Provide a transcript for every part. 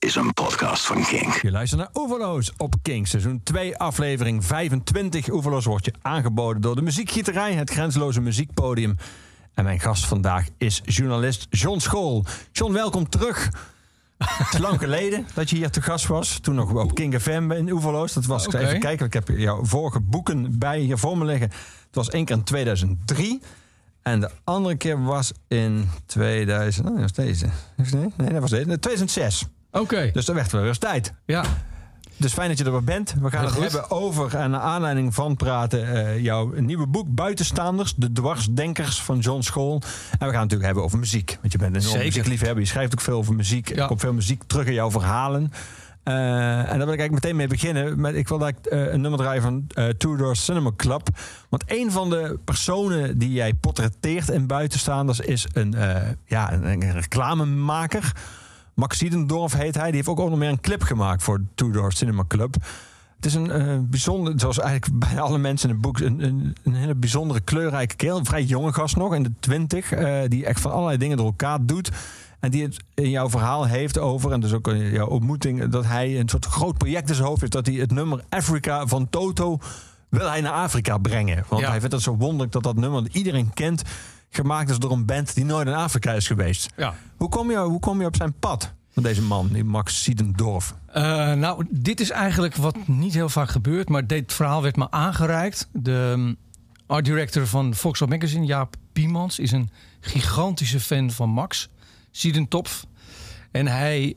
is een podcast van Kink. Je luistert naar Oeverloos op Kink. Seizoen 2, aflevering 25. Oeverloos wordt je aangeboden door de Muziekgieterij, het grenzeloze muziekpodium. En mijn gast vandaag is journalist John School. John, welkom terug. Het is lang geleden dat je hier te gast was. Toen nog op Kink FM in Oeverloos. Dat was, even kijken, ik heb jouw vorige boeken bij hier voor me liggen. Het was één keer in 2003. En de andere keer was in 2000... Oh, dat was deze. Nee, dat was deze. 2006. Oké. Dus dat werd wel eens tijd. Ja. Dus fijn dat je er weer bent. We gaan het hebben over, en naar aanleiding van praten, jouw nieuwe boek Buitenstaanders, de dwarsdenkers van John School. En we gaan het natuurlijk hebben over muziek. Want je bent een enorm muziekliefhebber. Je schrijft ook veel over muziek. Ja. Er komt veel muziek terug in jouw verhalen. En daar wil ik eigenlijk meteen mee beginnen. Ik wil een nummer draaien van Two Door Cinema Club. Want een van de personen die jij portretteert in Buitenstaanders is een reclamemaker. Max Siedendorf heet hij. Die heeft ook onder meer een clip gemaakt voor Two Door Cinema Club. Het is een bijzonder, zoals eigenlijk bij alle mensen in het boek, een hele bijzondere, kleurrijke kerel. Een vrij jonge gast nog, in de 20. Die echt van allerlei dingen door elkaar doet. En die het in jouw verhaal heeft over, en dus ook in jouw ontmoeting, dat hij een soort groot project in zijn hoofd heeft. Dat hij het nummer Africa van Toto wil hij naar Afrika brengen. Want hij vindt het zo wonderlijk dat nummer dat iedereen kent, gemaakt is door een band die nooit in Afrika is geweest. Ja. Hoe kom je op zijn pad van deze man, die Max Siedendorf? Nou, dit is eigenlijk wat niet heel vaak gebeurt, maar dit verhaal werd me aangereikt. De art director van Volkswagen Magazine, Jaap Piemans, is een gigantische fan van Max Siedendorf. En hij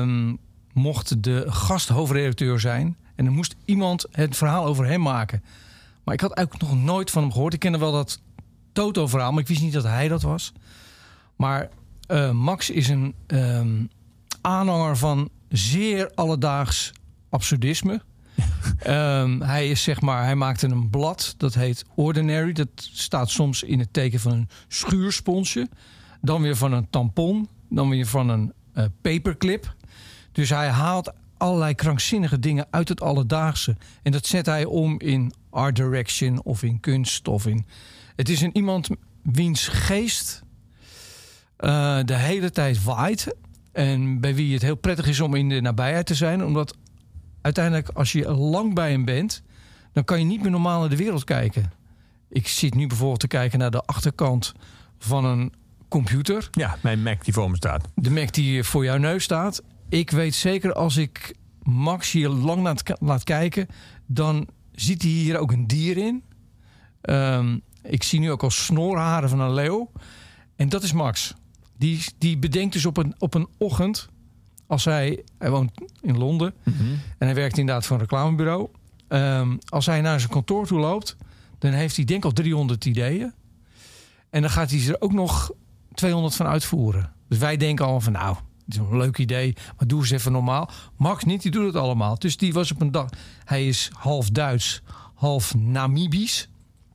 mocht de gasthoofdredacteur zijn. En er moest iemand het verhaal over hem maken. Maar ik had eigenlijk nog nooit van hem gehoord. Ik kende wel dat Toto-verhaal, maar ik wist niet dat hij dat was. Maar Max is een aanhanger van zeer alledaags absurdisme. Hij maakte een blad, dat heet Ordinary. Dat staat soms in het teken van een schuursponsje. Dan weer van een tampon. Dan weer van een paperclip. Dus hij haalt allerlei krankzinnige dingen uit het alledaagse. En dat zet hij om in art direction of in kunst of in... Het is iemand wiens geest de hele tijd waait. En bij wie het heel prettig is om in de nabijheid te zijn. Omdat uiteindelijk als je lang bij hem bent, dan kan je niet meer normaal naar de wereld kijken. Ik zit nu bijvoorbeeld te kijken naar de achterkant van een computer. Ja, mijn Mac die voor me staat. De Mac die voor jouw neus staat. Ik weet zeker, als ik Max hier lang naar laat kijken, dan ziet hij hier ook een dier in. Ik zie nu ook al snorharen van een leeuw. En dat is Max. Die bedenkt dus op een ochtend, als hij woont in Londen, en hij werkt inderdaad voor een reclamebureau. Als hij naar zijn kantoor toe loopt, dan heeft hij denk ik al 300 ideeën. En dan gaat hij er ook nog 200 van uitvoeren. Dus wij denken al van, nou, dit is een leuk idee, maar doe eens even normaal. Max niet, die doet het allemaal. Dus die was op een dag, hij is half Duits, half Namibisch.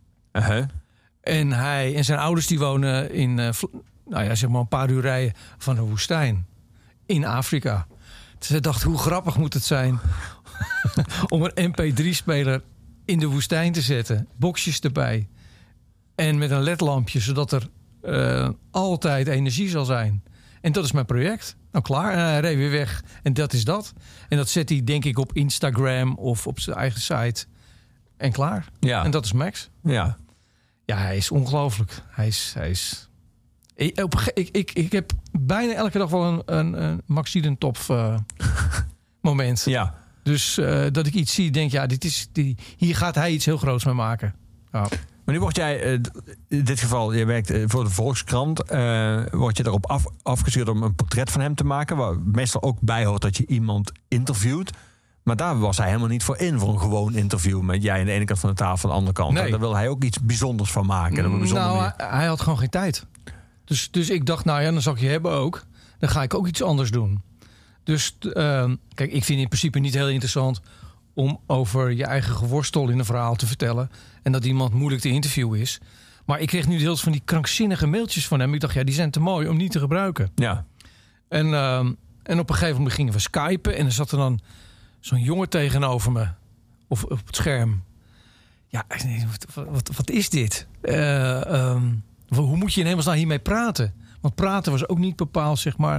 En zijn ouders die wonen in een paar uur rijden van de woestijn in Afrika. Dus hij dacht, hoe grappig moet het zijn om een MP3-speler in de woestijn te zetten, boxjes erbij en met een ledlampje, zodat er altijd energie zal zijn. En dat is mijn project. Nou klaar, en hij reed weer weg. En dat is dat. En dat zet hij denk ik op Instagram of op zijn eigen site. En klaar. Ja. En dat is Max. Ja. Ja, hij is ongelooflijk. Hij is... Ik heb bijna elke dag wel een Max Siedendorf moment. Ja. Dus dat ik iets zie, denk hier gaat hij iets heel groots mee maken. Ja. Maar nu word jij, in dit geval, je werkt voor de Volkskrant, word je erop afgestuurd om een portret van hem te maken, waar meestal ook bij hoort dat je iemand interviewt. Maar daar was hij helemaal niet voor een gewoon interview met jij aan de ene kant van de tafel, aan de andere kant. Nee. Daar wil hij ook iets bijzonders van maken. Hij had gewoon geen tijd. Dus ik dacht, dan zal ik je hebben ook. Dan ga ik ook iets anders doen. Dus kijk, ik vind in principe niet heel interessant om over je eigen geworstel in een verhaal te vertellen en dat iemand moeilijk te interviewen is. Maar ik kreeg nu deels van die krankzinnige mailtjes van hem. Ik dacht, die zijn te mooi om niet te gebruiken. Ja. En op een gegeven moment gingen we skypen en er zat er dan zo'n jongen tegenover me of op het scherm. Ja, wat is dit? Hoe moet je in hemelsnaam hiermee praten? Want praten was ook niet bepaald, zeg maar,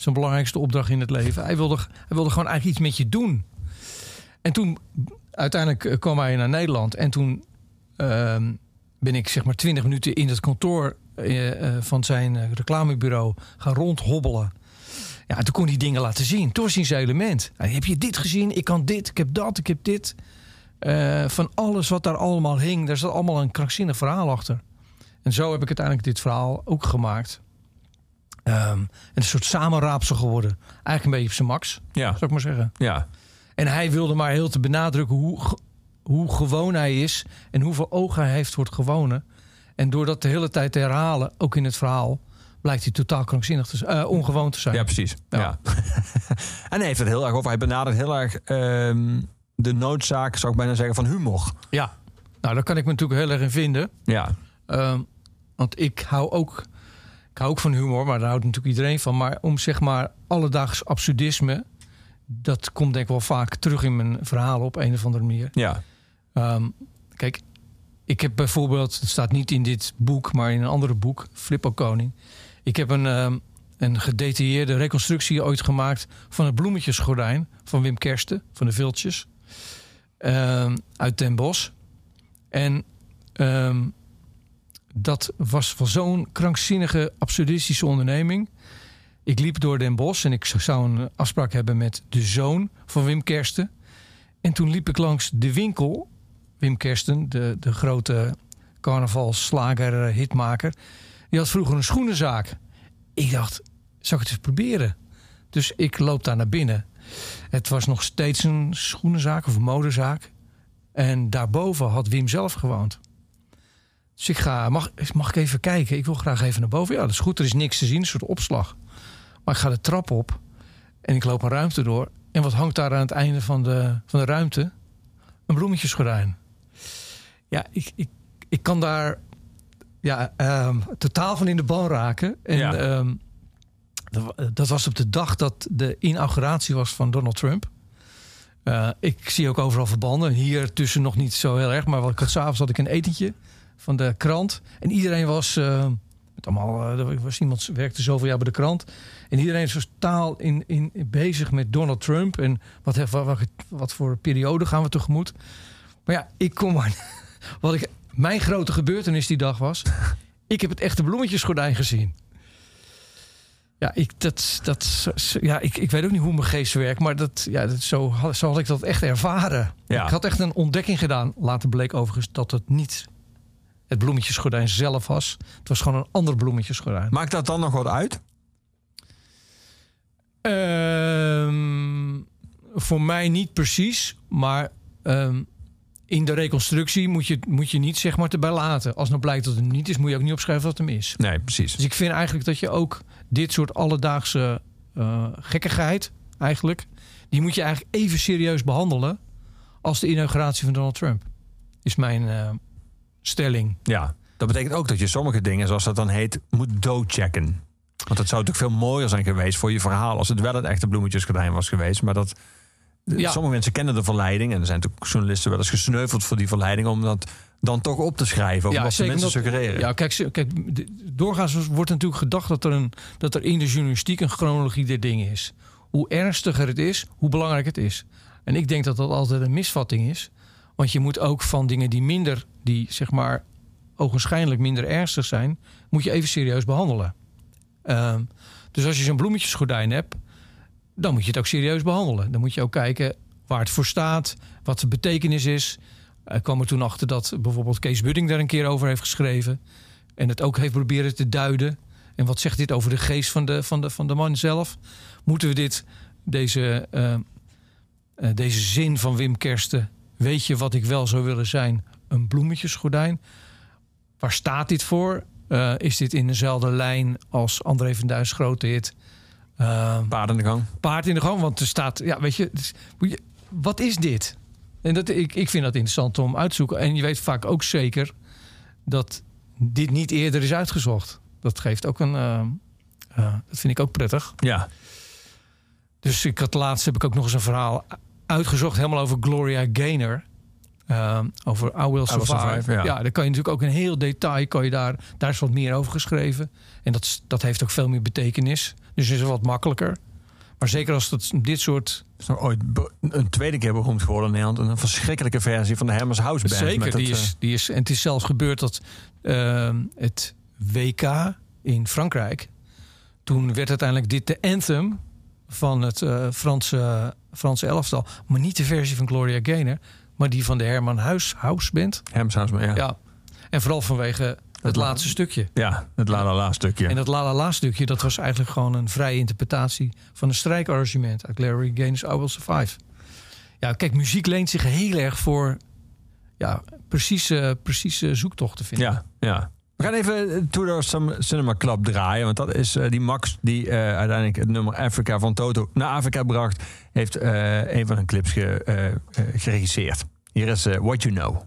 zijn belangrijkste opdracht in het leven. Hij wilde gewoon eigenlijk iets met je doen. En toen uiteindelijk kwam hij naar Nederland. En toen ben ik zeg maar 20 minuten in het kantoor van zijn reclamebureau gaan rondhobbelen. Ja, en toen kon hij dingen laten zien. Toen was hij in zijn element. Heb je dit gezien? Ik kan dit, ik heb dat, ik heb dit. Van alles wat daar allemaal hing. Daar zat allemaal een krankzinnig verhaal achter. En zo heb ik uiteindelijk dit verhaal ook gemaakt. Een soort samenraapsel geworden. Eigenlijk een beetje op zijn max, zou ik maar zeggen. Ja. En hij wilde maar heel te benadrukken hoe gewoon hij is. En hoeveel ogen hij heeft voor het gewone. En door dat de hele tijd te herhalen, ook in het verhaal, blijkt hij totaal krankzinnig ongewoon te zijn. Ja, precies. Ja. En hij heeft het heel erg over. Hij benadert heel erg de noodzaak, zou ik bijna zeggen, van humor. Ja, nou daar kan ik me natuurlijk heel erg in vinden. Ja. Want ik hou ook van humor, maar daar houdt natuurlijk iedereen van. Maar om zeg maar alledaags absurdisme, dat komt denk ik wel vaak terug in mijn verhalen op een of andere manier. Ja. Kijk, ik heb bijvoorbeeld, het staat niet in dit boek, maar in een andere boek, Flippo Koning. Ik heb een gedetailleerde reconstructie ooit gemaakt van het bloemetjesgordijn van Wim Kersten, van de Viltjes, uit Den Bosch. En dat was van zo'n krankzinnige, absurdistische onderneming. Ik liep door Den Bosch en ik zou een afspraak hebben met de zoon van Wim Kersten. En toen liep ik langs de winkel. Wim Kersten, de grote carnavalsslager, hitmaker. Die had vroeger een schoenenzaak. Ik dacht, zou ik het eens proberen? Dus ik loop daar naar binnen. Het was nog steeds een schoenenzaak of een modezaak. En daarboven had Wim zelf gewoond. Dus ik ga, mag ik even kijken? Ik wil graag even naar boven. Ja, dat is goed, er is niks te zien, een soort opslag. Maar ik ga de trap op en ik loop een ruimte door. En wat hangt daar aan het einde van de ruimte? Een bloemetjesgordijn. Ja, ik kan daar totaal van in de ban raken. En dat was op de dag dat de inauguratie was van Donald Trump. Ik zie ook overal verbanden. Hier tussen nog niet zo heel erg. Maar s'avonds had ik een etentje van de krant. En iedereen was... er was iemand werkte zoveel jaar bij de krant. En iedereen is totaal in bezig met Donald Trump. En wat voor periode gaan we tegemoet. Maar ja, ik kom maar... Mijn grote gebeurtenis die dag was... ik heb het echte bloemetjesgordijn gezien. Ja, ik weet ook niet hoe mijn geest werkt... maar zo had ik dat echt ervaren. Ja. Ik had echt een ontdekking gedaan. Later bleek overigens dat het niet het bloemetjesgordijn zelf was. Het was gewoon een ander bloemetjesgordijn. Maakt dat dan nog wat uit? Voor mij niet precies, maar... in de reconstructie moet je niet zeg maar erbij laten. Als nou blijkt dat het niet is, moet je ook niet opschrijven dat het hem is. Nee, precies. Dus ik vind eigenlijk dat je ook dit soort alledaagse gekkigheid eigenlijk... die moet je eigenlijk even serieus behandelen als de inauguratie van Donald Trump. Is mijn stelling. Ja, dat betekent ook dat je sommige dingen, zoals dat dan heet, moet doodchecken. Want dat zou natuurlijk veel mooier zijn geweest voor je verhaal... als het wel het echte bloemetjesgordijn was geweest. Maar dat... Ja. Sommige mensen kennen de verleiding. En er zijn natuurlijk journalisten wel eens gesneuveld voor die verleiding... om dat dan toch op te schrijven. Of wat de mensen suggereren. Ja, kijk, doorgaans wordt natuurlijk gedacht dat er in de journalistiek... een chronologie der dingen is. Hoe ernstiger het is, hoe belangrijk het is. En ik denk dat dat altijd een misvatting is. Want je moet ook van dingen die zeg maar ogenschijnlijk minder ernstig zijn... moet je even serieus behandelen. Dus als je zo'n bloemetjesgordijn hebt... dan moet je het ook serieus behandelen. Dan moet je ook kijken waar het voor staat, wat de betekenis is. Ik kwam er toen achter dat bijvoorbeeld Kees Budding daar een keer over heeft geschreven. En het ook heeft proberen te duiden. En wat zegt dit over de geest van de man zelf? Moeten we deze zin van Wim Kersten... weet je wat ik wel zou willen zijn? Een bloemetjesgordijn. Waar staat dit voor? Is dit in dezelfde lijn als André van Duins grote hit... Paard in de gang. Paard in de gang, want er staat... Ja, weet je, wat is dit? En ik vind dat interessant om uit te zoeken. En je weet vaak ook zeker dat dit niet eerder is uitgezocht. Dat geeft ook dat vind ik ook prettig. Ja. Dus laatst heb ik ook nog eens een verhaal uitgezocht... helemaal over Gloria Gaynor. Over I Will Survive. Ja. Ja, daar kan je natuurlijk ook een heel detail. Daar is wat meer over geschreven. En dat heeft ook veel meer betekenis. Dus is het wat makkelijker. Maar zeker als dit soort... Is nog ooit een tweede keer beroemd geworden in Nederland. Een verschrikkelijke versie van de Hermes House Band. Zeker, die is. En het is zelfs gebeurd dat het WK in Frankrijk... Toen werd uiteindelijk dit de anthem van het Franse elftal. Maar niet de versie van Gloria Gaynor, maar die van de Herman House Band. Hermes House Band, ja. En vooral vanwege het laatste stukje. Ja, het La La La stukje. En dat La La La stukje, dat was eigenlijk gewoon een vrije interpretatie van een strijkarrangement uit Gloria Gaynor's I Will Survive. Ja, kijk, muziek leent zich heel erg voor precieze zoektochten, vind ik. Ja. We gaan even Tudor Cinema Club draaien. Want dat is die Max die uiteindelijk het nummer Africa van Toto naar Afrika bracht. Heeft een van hun clips geregisseerd. Hier is What You Know.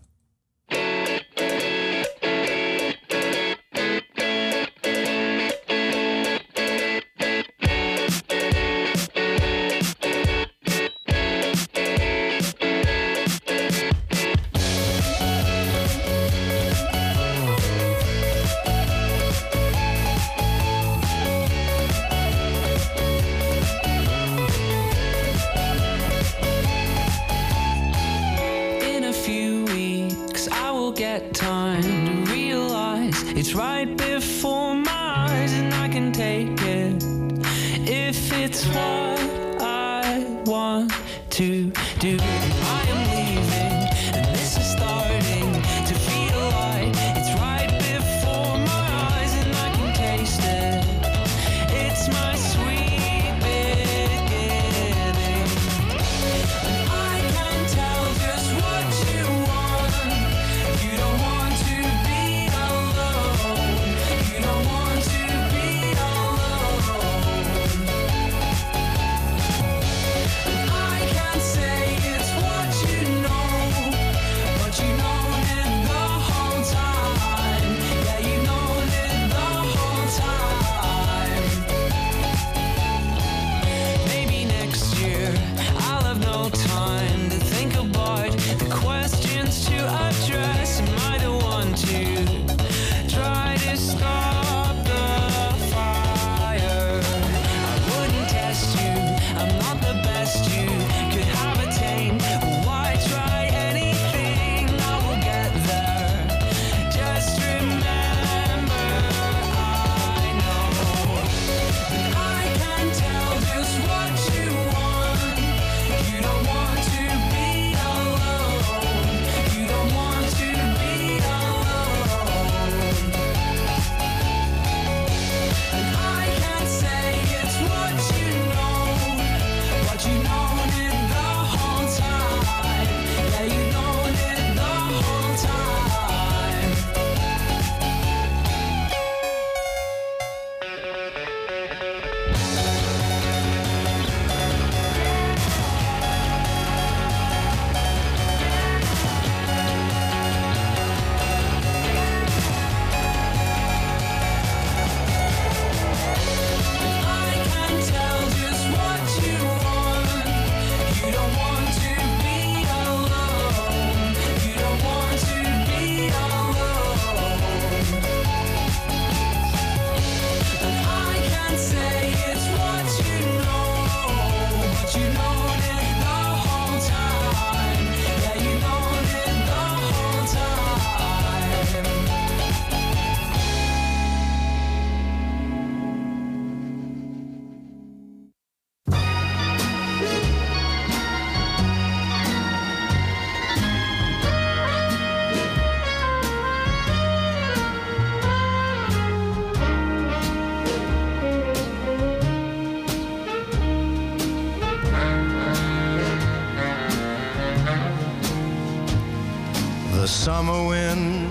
The summer wind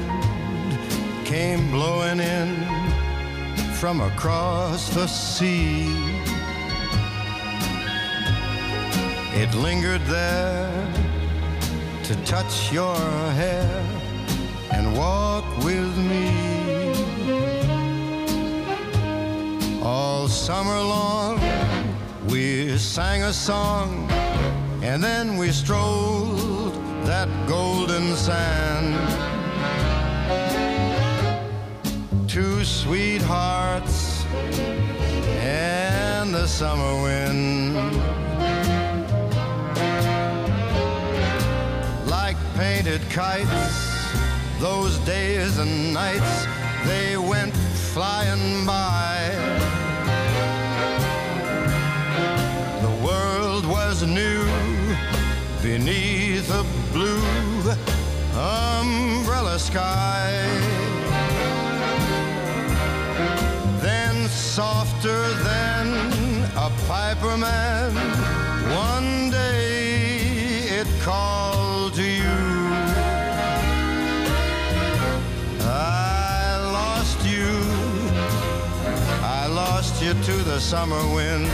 came blowing in from across the sea. It lingered there to touch your hair and walk with me. All summer long we sang a song and then we strolled that golden sand. Two sweethearts and the summer wind, like painted kites, those days and nights, they went flying by. The world was new beneath a blue umbrella sky. Then softer than a piper man, one day it called to you. I lost you to the summer wind.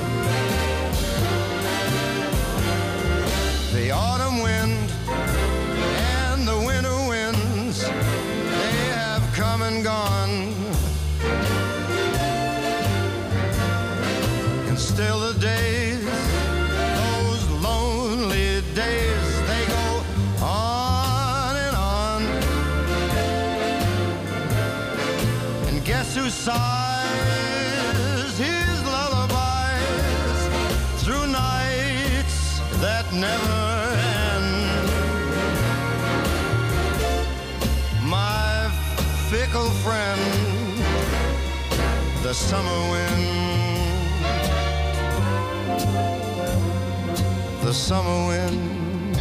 The autumn wind and the winter winds, they have come and gone. And still the days, those lonely days, they go on and on. And guess who sighs his lullabies through nights that never end? My fickle friend, the summer wind. The summer wind,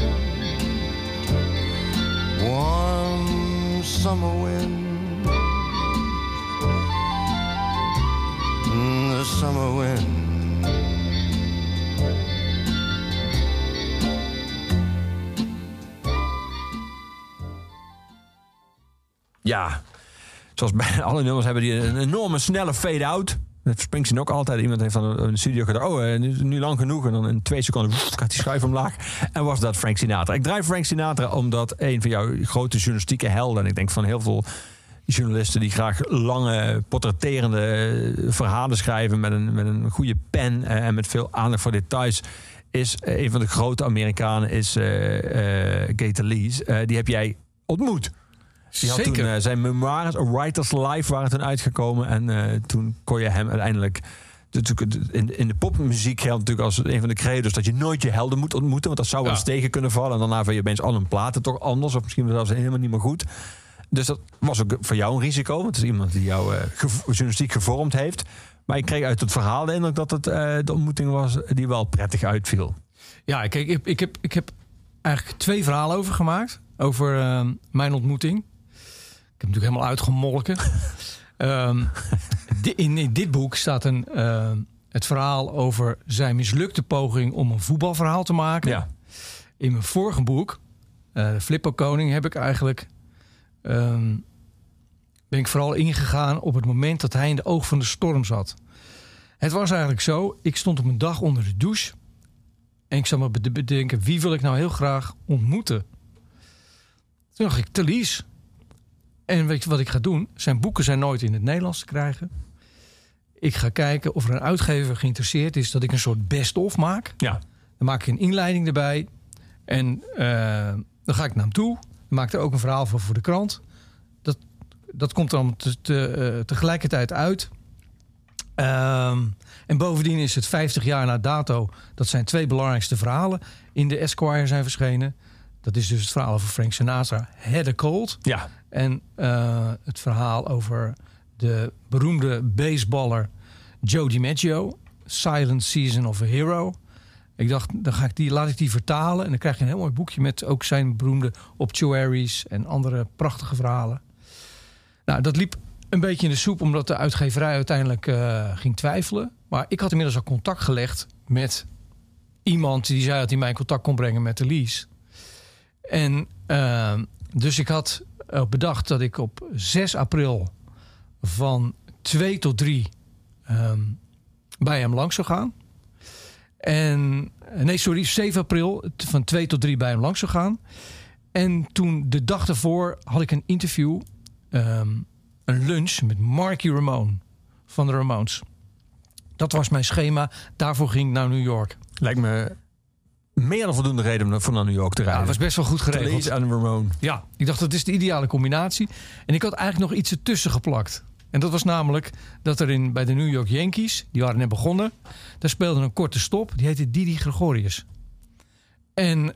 warm summer wind, the summer wind. Ja, zoals bij alle nummers hebben die een enorme snelle fade-out. Dat Springsteen ook altijd. Iemand heeft van een studio gedacht, nu lang genoeg. En dan in 2 seconden gaat die schuif omlaag. En was dat Frank Sinatra. Ik draai Frank Sinatra omdat een van jouw grote journalistieke helden, en ik denk van heel veel journalisten die graag lange, portretterende verhalen schrijven met een goede pen en met veel aandacht voor details, is een van de grote Amerikanen is Gator Lees. Die heb jij ontmoet. Die had toen zijn memoires, A Writer's Life, waren toen uitgekomen. En toen kon je hem uiteindelijk in de popmuziek geldt natuurlijk als een van de credo's dat je nooit je helden moet ontmoeten, want dat zou wel eens tegen kunnen vallen. En daarna vind je opeens al hun platen toch anders, of misschien zelfs helemaal niet meer goed. Dus dat was ook voor jou een risico, want het is iemand die jou journalistiek gevormd heeft. Maar ik kreeg uit het verhaal de indruk dat het de ontmoeting was die wel prettig uitviel. Ja, kijk, ik heb eigenlijk 2 verhalen over gemaakt. Over mijn ontmoeting. Ik heb natuurlijk helemaal uitgemolken. In dit boek staat het verhaal over zijn mislukte poging om een voetbalverhaal te maken. Ja. In mijn vorige boek, Flippo Koning, heb ik eigenlijk ben ik vooral ingegaan op het moment dat hij in de oog van de storm zat. Het was eigenlijk zo, ik stond op een dag onder de douche en ik zat me te bedenken, wie wil ik nou heel graag ontmoeten? Toen dacht ik, Talise. En weet je wat ik ga doen? Zijn boeken zijn nooit in het Nederlands te krijgen. Ik ga kijken of er een uitgever geïnteresseerd is dat ik een soort best-of maak. Ja. Dan maak ik een inleiding erbij. En dan ga ik naar hem toe. Dan maak ik er ook een verhaal voor de krant. Dat komt dan tegelijkertijd uit. En bovendien is het 50 jaar na dato. Dat zijn 2 belangrijkste verhalen in de Esquire zijn verschenen. Dat is dus het verhaal over Frank Sinatra, Had a Cold. Ja. En het verhaal over de beroemde baseballer Joe DiMaggio, Silent Season of a Hero. Ik dacht, laat ik die vertalen. En dan krijg je een heel mooi boekje met ook zijn beroemde obituaries en andere prachtige verhalen. Nou, dat liep een beetje in de soep, omdat de uitgeverij uiteindelijk ging twijfelen. Maar ik had inmiddels al contact gelegd met iemand die zei dat hij mij in contact kon brengen met Talise. En dus ik had bedacht dat ik op 6 april van 2 tot 3 bij hem langs zou gaan. 7 april van 2 tot 3 bij hem langs zou gaan. En toen de dag ervoor had ik een interview, een lunch met Marky Ramone van de Ramones. Dat was mijn schema. Daarvoor ging ik naar New York. Lijkt me meer dan voldoende reden om naar New York te Ja, rijden. het was best wel goed geregeld. Talese en Ramone. Ja, ik dacht dat is de ideale combinatie. En ik had eigenlijk nog iets ertussen geplakt. En dat was namelijk dat er bij de New York Yankees, die waren net begonnen, daar speelde een korte stop. Die heette Didi Gregorius. En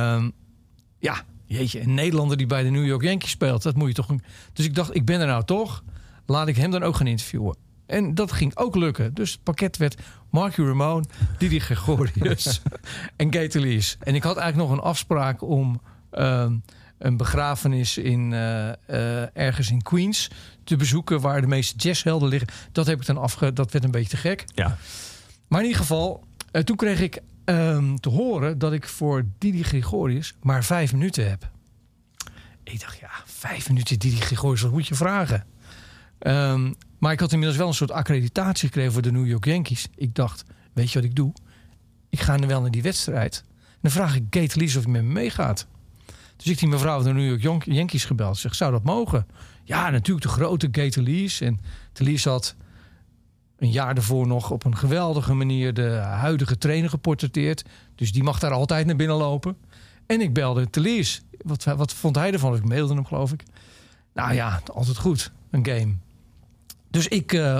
jeetje, een Nederlander die bij de New York Yankees speelt, dat moet je toch. Dus ik dacht, ik ben er nou toch, laat ik hem dan ook gaan interviewen. En dat ging ook lukken. Dus het pakket werd Marky Ramone, Didi Gregorius en Gay Talese. En ik had eigenlijk nog een afspraak om een begrafenis ergens in Queens te bezoeken, waar de meeste jazzhelden liggen. Dat heb ik dan dat werd een beetje te gek. Ja. Maar in ieder geval, toen kreeg ik te horen dat ik voor Didi Gregorius maar 5 minuten heb. Ik dacht, 5 minuten Didi Gregorius, wat moet je vragen? Maar ik had inmiddels wel een soort accreditatie gekregen voor de New York Yankees. Ik dacht, weet je wat ik doe? Ik ga wel naar die wedstrijd. En dan vraag ik Gay Talese of hij met me meegaat. Dus ik die mevrouw van de New York Yankees gebeld. Zeg, zou dat mogen? Ja, natuurlijk de grote Gay Talese. En Talese had een jaar daarvoor nog op een geweldige manier de huidige trainer geportretteerd. Dus die mag daar altijd naar binnen lopen. En ik belde Talese. Wat vond hij ervan? Ik mailde hem, geloof ik. Nou ja, altijd goed. Een game. Dus ik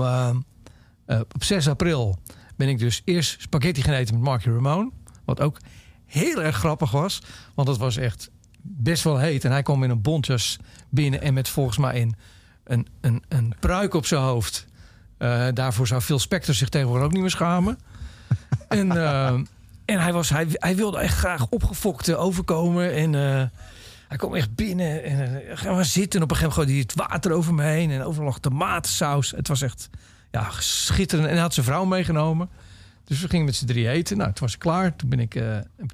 op 6 april ben ik dus eerst spaghetti gaan eten met Marky Ramone. Wat ook heel erg grappig was. Want het was echt best wel heet. En hij kwam in een bontjas binnen en met volgens mij een pruik op zijn hoofd. Daarvoor zou Phil Spector zich tegenwoordig ook niet meer schamen. En hij wilde echt graag opgefokt overkomen. En hij kwam echt binnen en gaan we zitten. En op een gegeven moment gooide hij het water over me heen. En overal lag tomatensaus. Het was echt schitterend. En hij had zijn vrouw meegenomen. Dus we gingen met z'n 3 eten. Nou, toen was ik klaar. Toen ben ik heb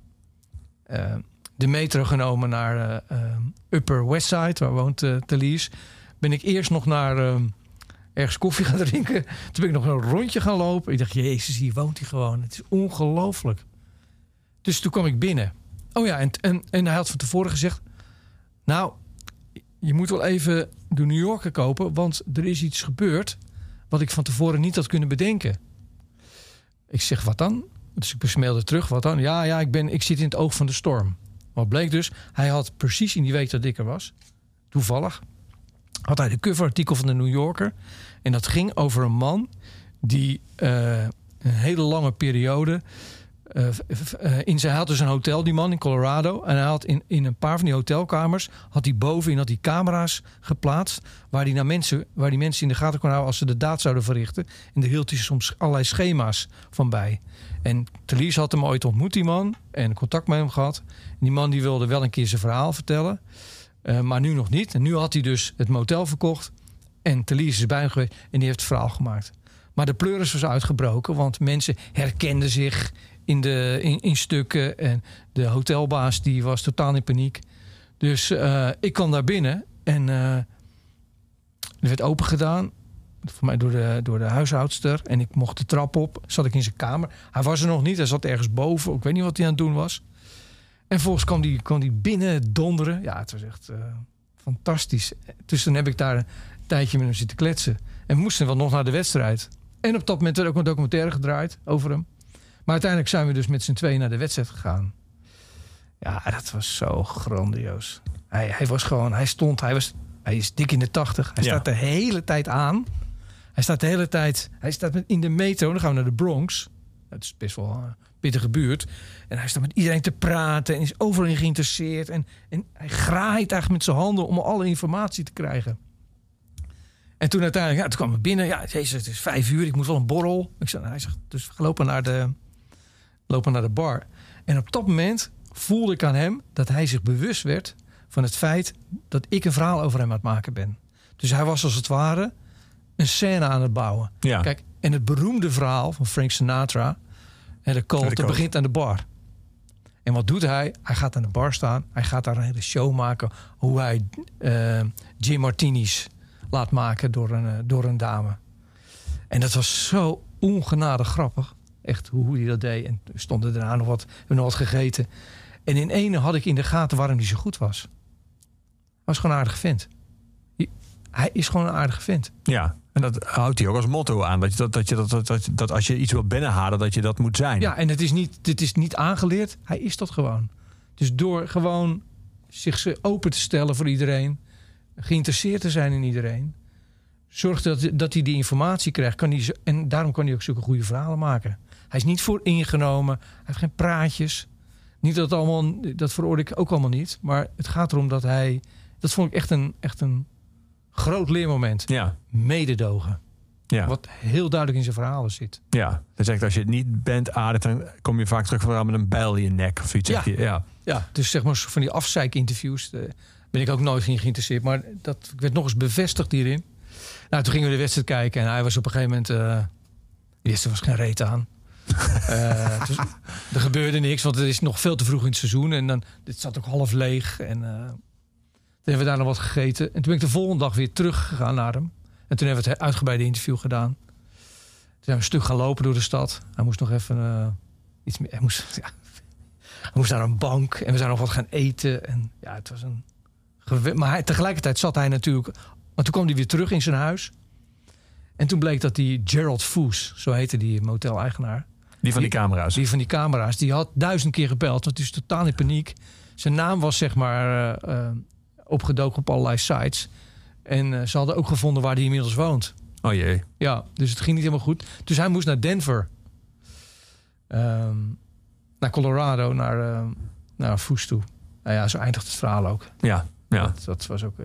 de metro genomen naar Upper West Side, waar woont Talese. Ben ik eerst nog naar ergens koffie gaan drinken. Toen ben ik nog een rondje gaan lopen. Ik dacht, jezus, hier woont hij gewoon. Het is ongelooflijk. Dus toen kwam ik binnen. Oh ja, en hij had van tevoren gezegd, nou, je moet wel even de New Yorker kopen, want er is iets gebeurd wat ik van tevoren niet had kunnen bedenken. Ik zeg, wat dan? Dus ik besmeelde terug, wat dan? Ja, ik zit in het oog van de storm. Wat bleek dus, hij had precies in die week dat ik er was, toevallig, had hij de coverartikel van de New Yorker. En dat ging over een man die een hele lange periode hij had dus een hotel, die man in Colorado. En hij had in een paar van die hotelkamers had hij bovenin had hij camera's geplaatst waar die mensen in de gaten kon houden als ze de daad zouden verrichten. En daar hield hij soms allerlei schema's van bij. En Talese had hem ooit ontmoet, die man, en contact met hem gehad. En die man die wilde wel een keer zijn verhaal vertellen, maar nu nog niet. En nu had hij dus het motel verkocht en Talese is bij hem geweest en die heeft het verhaal gemaakt. Maar de pleuris was uitgebroken, want mensen herkenden zich in stukken. En de hotelbaas die was totaal in paniek. Dus ik kwam daar binnen en er werd open gedaan. Voor mij door de huishoudster. En ik mocht de trap op. Zat ik in zijn kamer. Hij was er nog niet. Hij zat ergens boven. Ik weet niet wat hij aan het doen was. En volgens kwam die binnen donderen. Ja, het was echt fantastisch. Dus dan heb ik daar een tijdje met hem zitten kletsen. En we moesten wel nog naar de wedstrijd. En op dat moment werd ook een documentaire gedraaid over hem. Maar uiteindelijk zijn we dus met z'n tweeën naar de wedstrijd gegaan. Ja, dat was zo grandioos. Hij is dik in de 80. Hij staat de hele tijd aan. Hij staat in de metro. Dan gaan we naar de Bronx. Dat is best wel een pittige buurt. En hij staat met iedereen te praten en is overal in geïnteresseerd. En hij graait eigenlijk met zijn handen om alle informatie te krijgen. En toen uiteindelijk, toen kwam we binnen. Ja, jezus, het is 5 uur. Ik moet wel een borrel. Hij zegt, dus we lopen naar de bar. En op dat moment voelde ik aan hem dat hij zich bewust werd van het feit dat ik een verhaal over hem aan het maken ben. Dus hij was als het ware een scène aan het bouwen. Ja. Kijk, en het beroemde verhaal van Frank Sinatra en de Cult, dat begint aan de bar. En wat doet hij? Hij gaat aan de bar staan. Hij gaat daar een hele show maken. Hoe hij gin martinis laat maken door een dame. En dat was zo ongenadig grappig. Echt hoe hij dat deed. En stonden daarna nog wat gegeten. En in ene had ik in de gaten waarom hij zo goed was. Hij was gewoon een aardige vent. hij is gewoon een aardige vent. Ja, en dat houdt hij ook als motto aan. Dat als je iets wilt binnenhalen, dat je dat moet zijn. Ja, en dit is niet aangeleerd. Hij is dat gewoon. Dus door gewoon zich open te stellen voor iedereen, geïnteresseerd te zijn in iedereen, zorgt dat hij die informatie krijgt. En daarom kan hij ook zulke goede verhalen maken. Hij is niet voor ingenomen. Hij heeft geen praatjes. Niet dat veroordeel ik ook allemaal niet. Maar het gaat erom dat hij... Dat vond ik echt een groot leermoment. Ja. Mededogen. Ja. Wat heel duidelijk in zijn verhalen zit. Ja. Hij zegt, als je het niet bent aardig, dan kom je vaak terug met een bijl in je nek. Of iets. Ja. Zegt hij. Ja. Ja, dus zeg maar van die afzeikinterviews ben ik ook nooit in geïnteresseerd. Maar dat werd nog eens bevestigd hierin. Nou, toen gingen we de wedstrijd kijken. En hij was op een gegeven moment... er was geen reet aan. Dus er gebeurde niks, want het is nog veel te vroeg in het seizoen. En dan, dit zat ook half leeg. En toen hebben we daar nog wat gegeten. En toen ben ik de volgende dag weer teruggegaan naar hem. En toen hebben we het uitgebreide interview gedaan. Toen zijn we een stuk gaan lopen door de stad. Hij moest nog even iets meer... Hij moest naar een bank. En we zijn nog wat gaan eten. En ja, het was een... Maar tegelijkertijd zat hij natuurlijk... Want toen kwam hij weer terug in zijn huis. En toen bleek dat die Gerald Foos, zo heette die motel-eigenaar... Die van die camera's. Die van die camera's. Die had 1000 keer gebeld. Want hij is totaal in paniek. Zijn naam was zeg maar opgedoken op allerlei sites. En ze hadden ook gevonden waar hij inmiddels woont. Oh jee. Ja, dus het ging niet helemaal goed. Dus hij moest naar Denver. Naar Colorado, naar Foos toe. Nou ja, zo eindigt het verhaal ook. Ja. Dat was ook...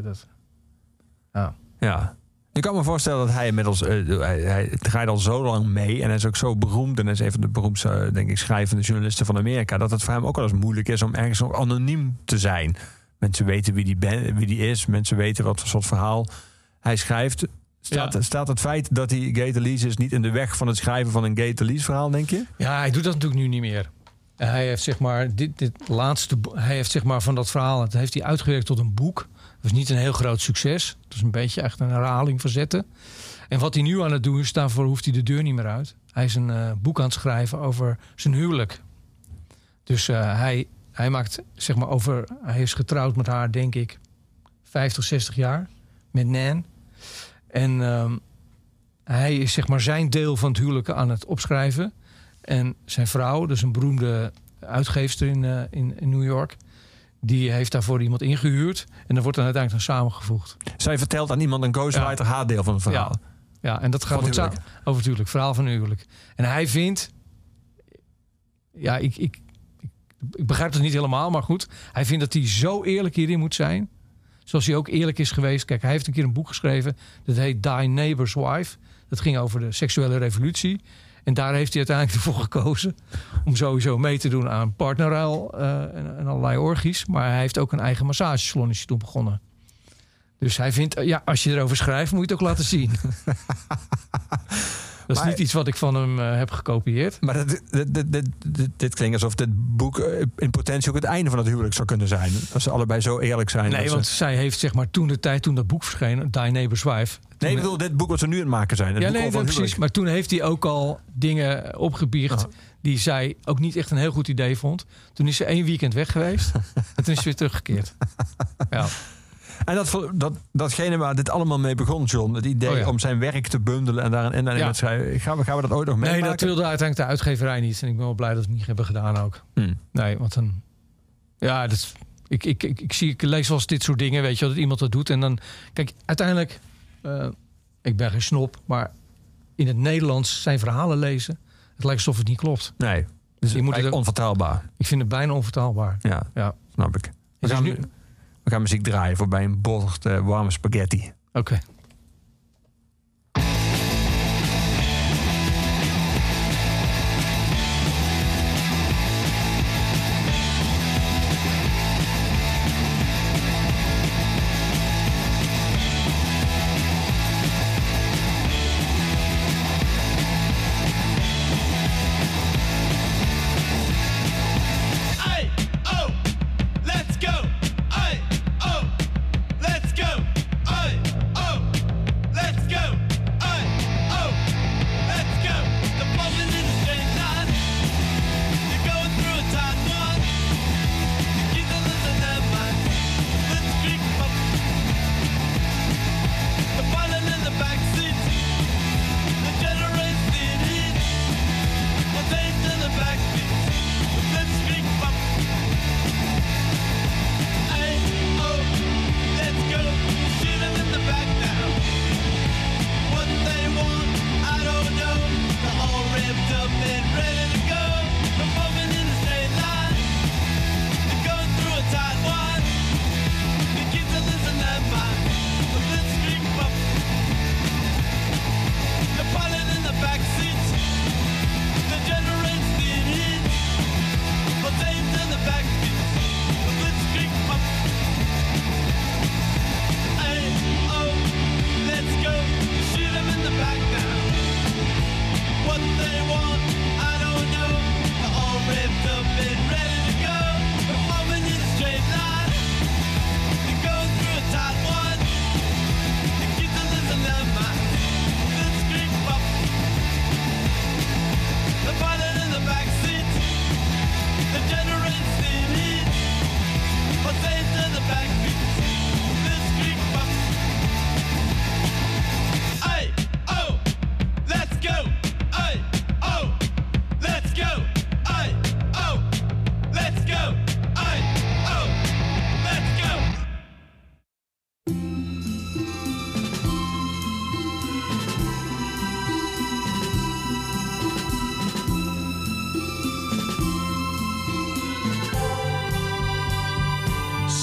Ja. Ik kan me voorstellen dat hij inmiddels... hij draait al zo lang mee. En hij is ook zo beroemd. En hij is een van de beroemdste, denk ik, schrijvende journalisten van Amerika. Dat het voor hem ook wel eens moeilijk is om ergens nog anoniem te zijn. Mensen weten wie die is. Mensen weten wat voor soort verhaal hij schrijft. Staat het feit dat hij gay to lease is niet in de weg van het schrijven van een gay to lease verhaal, denk je? Ja, hij doet dat natuurlijk nu niet meer. Hij heeft zeg maar dit laatste... Hij heeft zeg maar van dat verhaal... Dat heeft hij uitgewerkt tot een boek. Dat is niet een heel groot succes. Het is een beetje echt een herhaling van zetten. En wat hij nu aan het doen is, daarvoor hoeft hij de deur niet meer uit. Hij is een boek aan het schrijven over zijn huwelijk. Dus hij maakt, zeg maar, hij is getrouwd met haar, denk ik, 50, 60 jaar. Met Nan. En hij is, zeg maar, zijn deel van het huwelijk aan het opschrijven. En zijn vrouw, dus een beroemde uitgeefster in New York... Die heeft daarvoor iemand ingehuurd. En dan wordt dan uiteindelijk dan samengevoegd. Zij vertelt aan iemand een ghostwriter haar deel van het verhaal. Ja, en dat gaat over het huwelijk. Verhaal van een huwelijk. En hij vindt... Ja, ik begrijp het niet helemaal, maar goed. Hij vindt dat hij zo eerlijk hierin moet zijn. Zoals hij ook eerlijk is geweest. Kijk, hij heeft een keer een boek geschreven. Dat heet Die Neighbor's Wife. Dat ging over de seksuele revolutie. En daar heeft hij uiteindelijk voor gekozen om sowieso mee te doen aan partnerruil en allerlei orgies. Maar hij heeft ook een eigen massagesalon toen begonnen. Dus hij vindt, als je erover schrijft, moet je het ook laten zien. Dat is niet iets wat ik van hem heb gekopieerd. Maar dit klinkt alsof dit boek in potentie ook het einde van het huwelijk zou kunnen zijn. Als ze allebei zo eerlijk zijn. Nee, want zij heeft zeg maar toen dat boek verscheen, Die Neighbor's Wife. Nee, ik bedoel dit boek wat ze nu aan het maken zijn. Precies. Maar toen heeft hij ook al dingen opgebiecht die zij ook niet echt een heel goed idee vond. Toen is ze 1 weekend weg geweest. En toen is ze weer teruggekeerd. Ja. En datgene waar dit allemaal mee begon, John. Het idee om zijn werk te bundelen en daar een inleiding te schrijven. Gaan we dat ooit nog meemaken? Nee, dat wilde uiteindelijk de uitgeverij niet. En ik ben wel blij dat we het niet hebben gedaan ook. Nee, want dan... Ja, ik lees wel eens dit soort dingen, weet je, dat iemand dat doet. En dan... Kijk, uiteindelijk... ik ben geen snop, maar in het Nederlands zijn verhalen lezen. Het lijkt alsof het niet klopt. Nee, dus je moet het onvertaalbaar. Ik vind het bijna onvertaalbaar. Ja. Snap ik. We gaan muziek draaien voorbij een bord warme spaghetti. Oké. Let's go!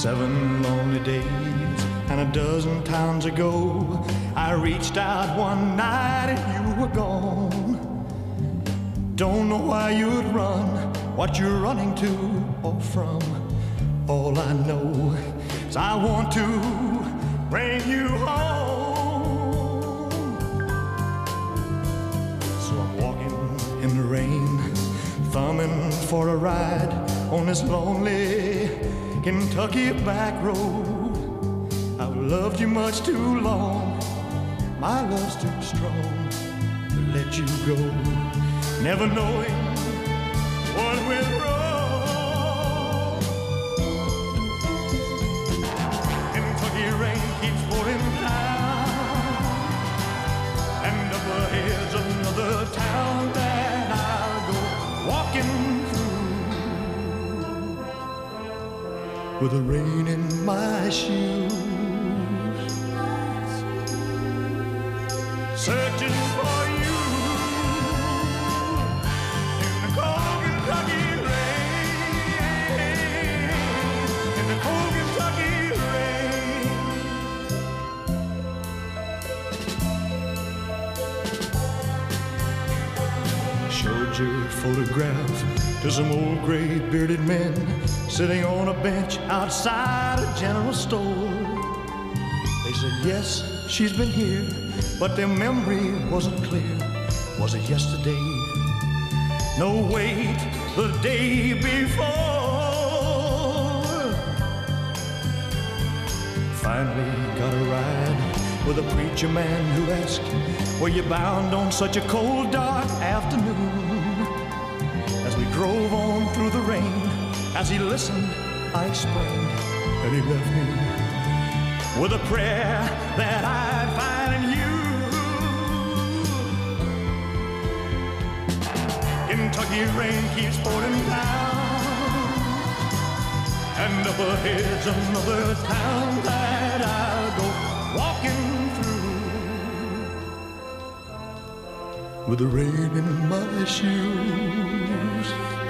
7 lonely days and a dozen times ago, I reached out one night and you were gone. Don't know why you'd run, what you're running to or from. All I know is I want to bring you home. So I'm walking in the rain, thumbing for a ride on this lonely Kentucky back road. I've loved you much too long, my love's too strong to let you go, never knowing what went wrong. Kentucky rain keeps pouring down, and up ahead's another town that I'll go walking with the rain in my shoes, searching for you in the cold Kentucky rain, in the cold Kentucky rain. Showed your photograph to some old gray bearded men sitting on a bench outside a general store. They said, yes, she's been here, but their memory wasn't clear. Was it yesterday? No, wait, the day before. Finally got a ride with a preacher man who asked, were you bound on such a cold, dark afternoon? As we drove on through the rain, as he listened, I explained, and he left me with a prayer that I'd find in you. Kentucky rain keeps pouring down, and up ahead's another town that I'll go walking through with the rain in my shoes,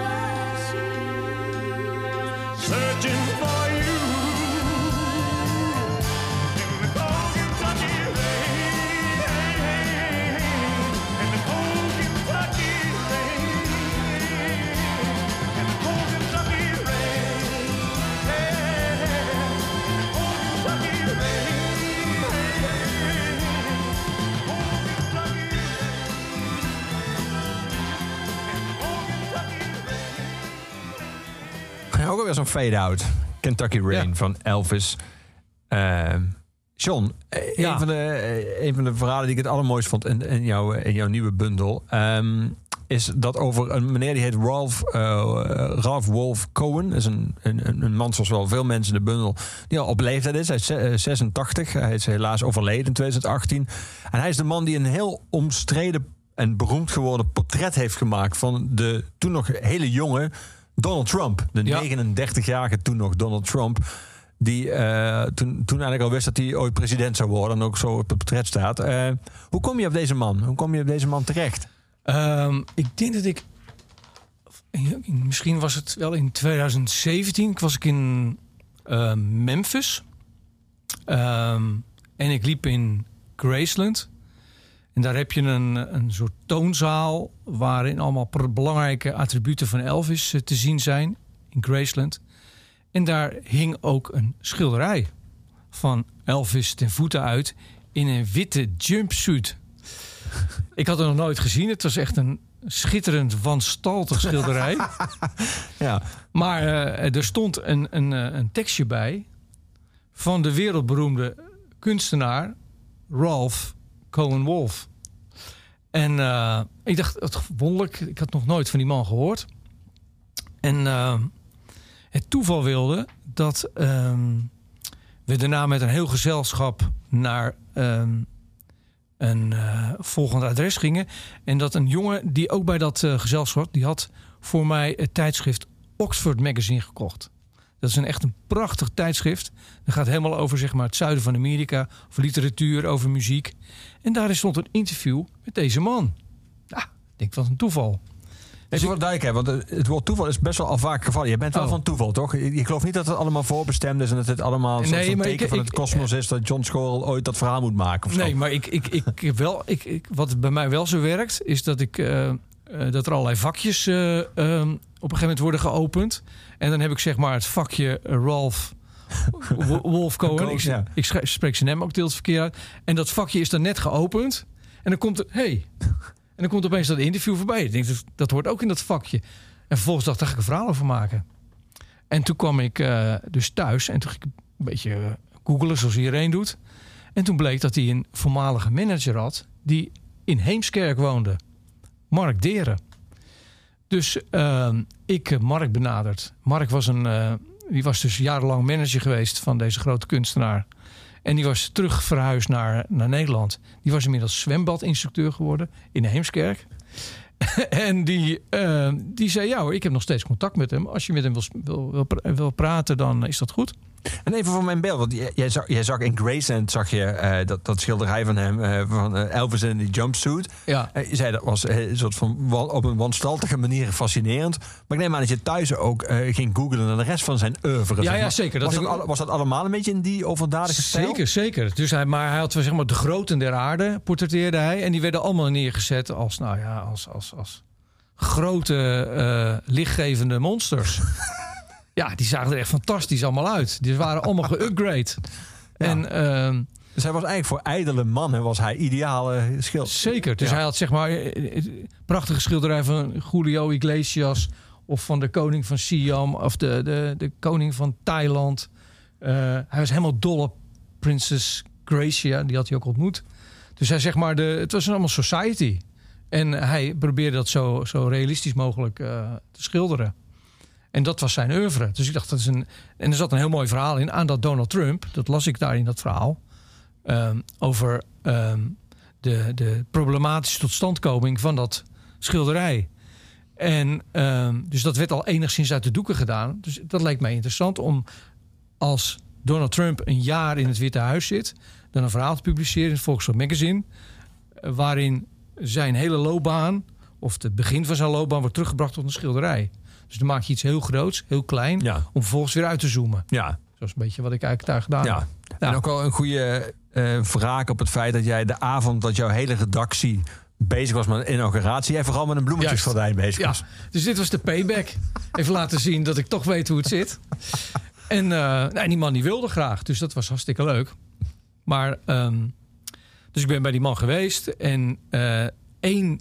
searching for you in the cold Kentucky rain, in the cold Kentucky rain, in the cold Kentucky rain, in the cold Kentucky rain, cold Kentucky rain. Ook alweer zo'n fade-out. Kentucky Rain van Elvis. John, Ja. een van de verhalen die ik het allermooist vond in jouw nieuwe bundel... is dat over een meneer die heet Ralph Wolf Cohen. Dat is een man zoals wel veel mensen in de bundel die al op leeftijd is. Hij is 86. Hij is helaas overleden in 2018. En hij is de man die een heel omstreden en beroemd geworden portret heeft gemaakt van de toen nog hele jonge Donald Trump. De 39-jarige toen nog Donald Trump. Die toen eigenlijk al wist dat hij ooit president zou worden. En ook zo op het portret staat. Hoe kom je op deze man? Hoe kom je op deze man terecht? Ik denk dat ik... Misschien was het wel in 2017. Was ik in Memphis. En ik liep in Graceland. En daar heb je een soort toonzaal... waarin allemaal belangrijke attributen van Elvis te zien zijn. In Graceland. En daar hing ook een schilderij van Elvis ten voeten uit... in een witte jumpsuit. Ik had het nog nooit gezien. Het was echt een schitterend wanstaltig schilderij. Ja. Maar er stond een tekstje bij... van de wereldberoemde kunstenaar Ralph Cohen Wolf. En ik dacht, het wonderlijk. Ik had nog nooit van die man gehoord. En het toeval wilde dat we daarna met een heel gezelschap naar een volgend adres gingen. En dat een jongen die ook bij dat gezelschap... die had voor mij het tijdschrift Oxford Magazine gekocht. Dat is echt een prachtig tijdschrift. Dat gaat helemaal over zeg maar, het zuiden van Amerika. Over literatuur, over muziek. En daarin stond een interview met deze man. Ja, ik denk, wat een toeval. Even wat duidelijk, want het woord toeval is best wel al vaak gevallen. Je bent wel van toeval, toch? Je gelooft niet dat het allemaal voorbestemd is en dat het allemaal een soort van teken van het kosmos is dat John Schoorl ooit dat verhaal moet maken. Of nee, zo. Maar wat bij mij wel zo werkt, is dat dat er allerlei vakjes op een gegeven moment worden geopend. En dan heb ik zeg maar het vakje Ralph Wolf Cohen. Ik spreek zijn naam ook deels verkeerd uit. En dat vakje is dan net geopend. En dan komt en dan komt opeens dat interview voorbij. Ik denk, dat hoort ook in dat vakje. En vervolgens dacht ik, daar ga ik een verhaal over maken. En toen kwam ik dus thuis. En toen ging ik een beetje googelen, zoals iedereen doet. En toen bleek dat hij een voormalige manager had die in Heemskerk woonde. Mark Deren. Dus ik Mark benaderd. Mark die was dus jarenlang manager geweest van deze grote kunstenaar. En die was terug verhuisd naar Nederland. Die was inmiddels zwembadinstructeur geworden in Heemskerk. En die zei, ja hoor, ik heb nog steeds contact met hem. Als je met hem wil praten, dan is dat goed. En even van mijn beeld, want jij zag in Graceland zag je dat schilderij van hem, van Elvis in die jumpsuit. Ja. Je zei dat was een soort van op een wanstaltige manier fascinerend. Maar ik neem aan dat je thuis ook ging googlen naar de rest van zijn oeuvre. Ja, zeker. Was dat allemaal een beetje in die overdadige stijl? Zeker. Dus hij had zeg maar de groten der aarde, portretteerde hij. En die werden allemaal neergezet als grote lichtgevende monsters. Ja, die zagen er echt fantastisch allemaal uit. Die waren allemaal geupgrade. Ja. Dus hij was eigenlijk voor ijdele mannen was hij ideale schilder. Zeker. Dus hij had zeg maar prachtige schilderij van Julio Iglesias of van de koning van Siam of de koning van Thailand. Hij was helemaal dol op Prinses Gracia, die had hij ook ontmoet. Dus hij zeg maar het was allemaal society. En hij probeerde dat zo realistisch mogelijk te schilderen. En dat was zijn oeuvre. Dus ik dacht, en er zat een heel mooi verhaal in aan dat Donald Trump. Dat las ik daar in dat verhaal. Over de problematische totstandkoming van dat schilderij. En dus dat werd al enigszins uit de doeken gedaan. Dus dat leek mij interessant om als Donald Trump een jaar in het Witte Huis zit, dan een verhaal te publiceren in het Volkskrant Magazine, waarin zijn hele loopbaan, of het begin van zijn loopbaan, wordt teruggebracht tot een schilderij. Dus dan maak je iets heel groots, heel klein, om vervolgens weer uit te zoomen. Ja. Dat is een beetje wat ik eigenlijk daar gedaan heb. Ja. En ook wel een goede wraak op het feit dat jij de avond dat jouw hele redactie bezig was met een inauguratie, jij vooral met een bloemetjesgordijn bezig was. Dus dit was de payback. Even laten zien dat ik toch weet hoe het zit. En die man die wilde graag, dus dat was hartstikke leuk. Maar, dus ik ben bij die man geweest en één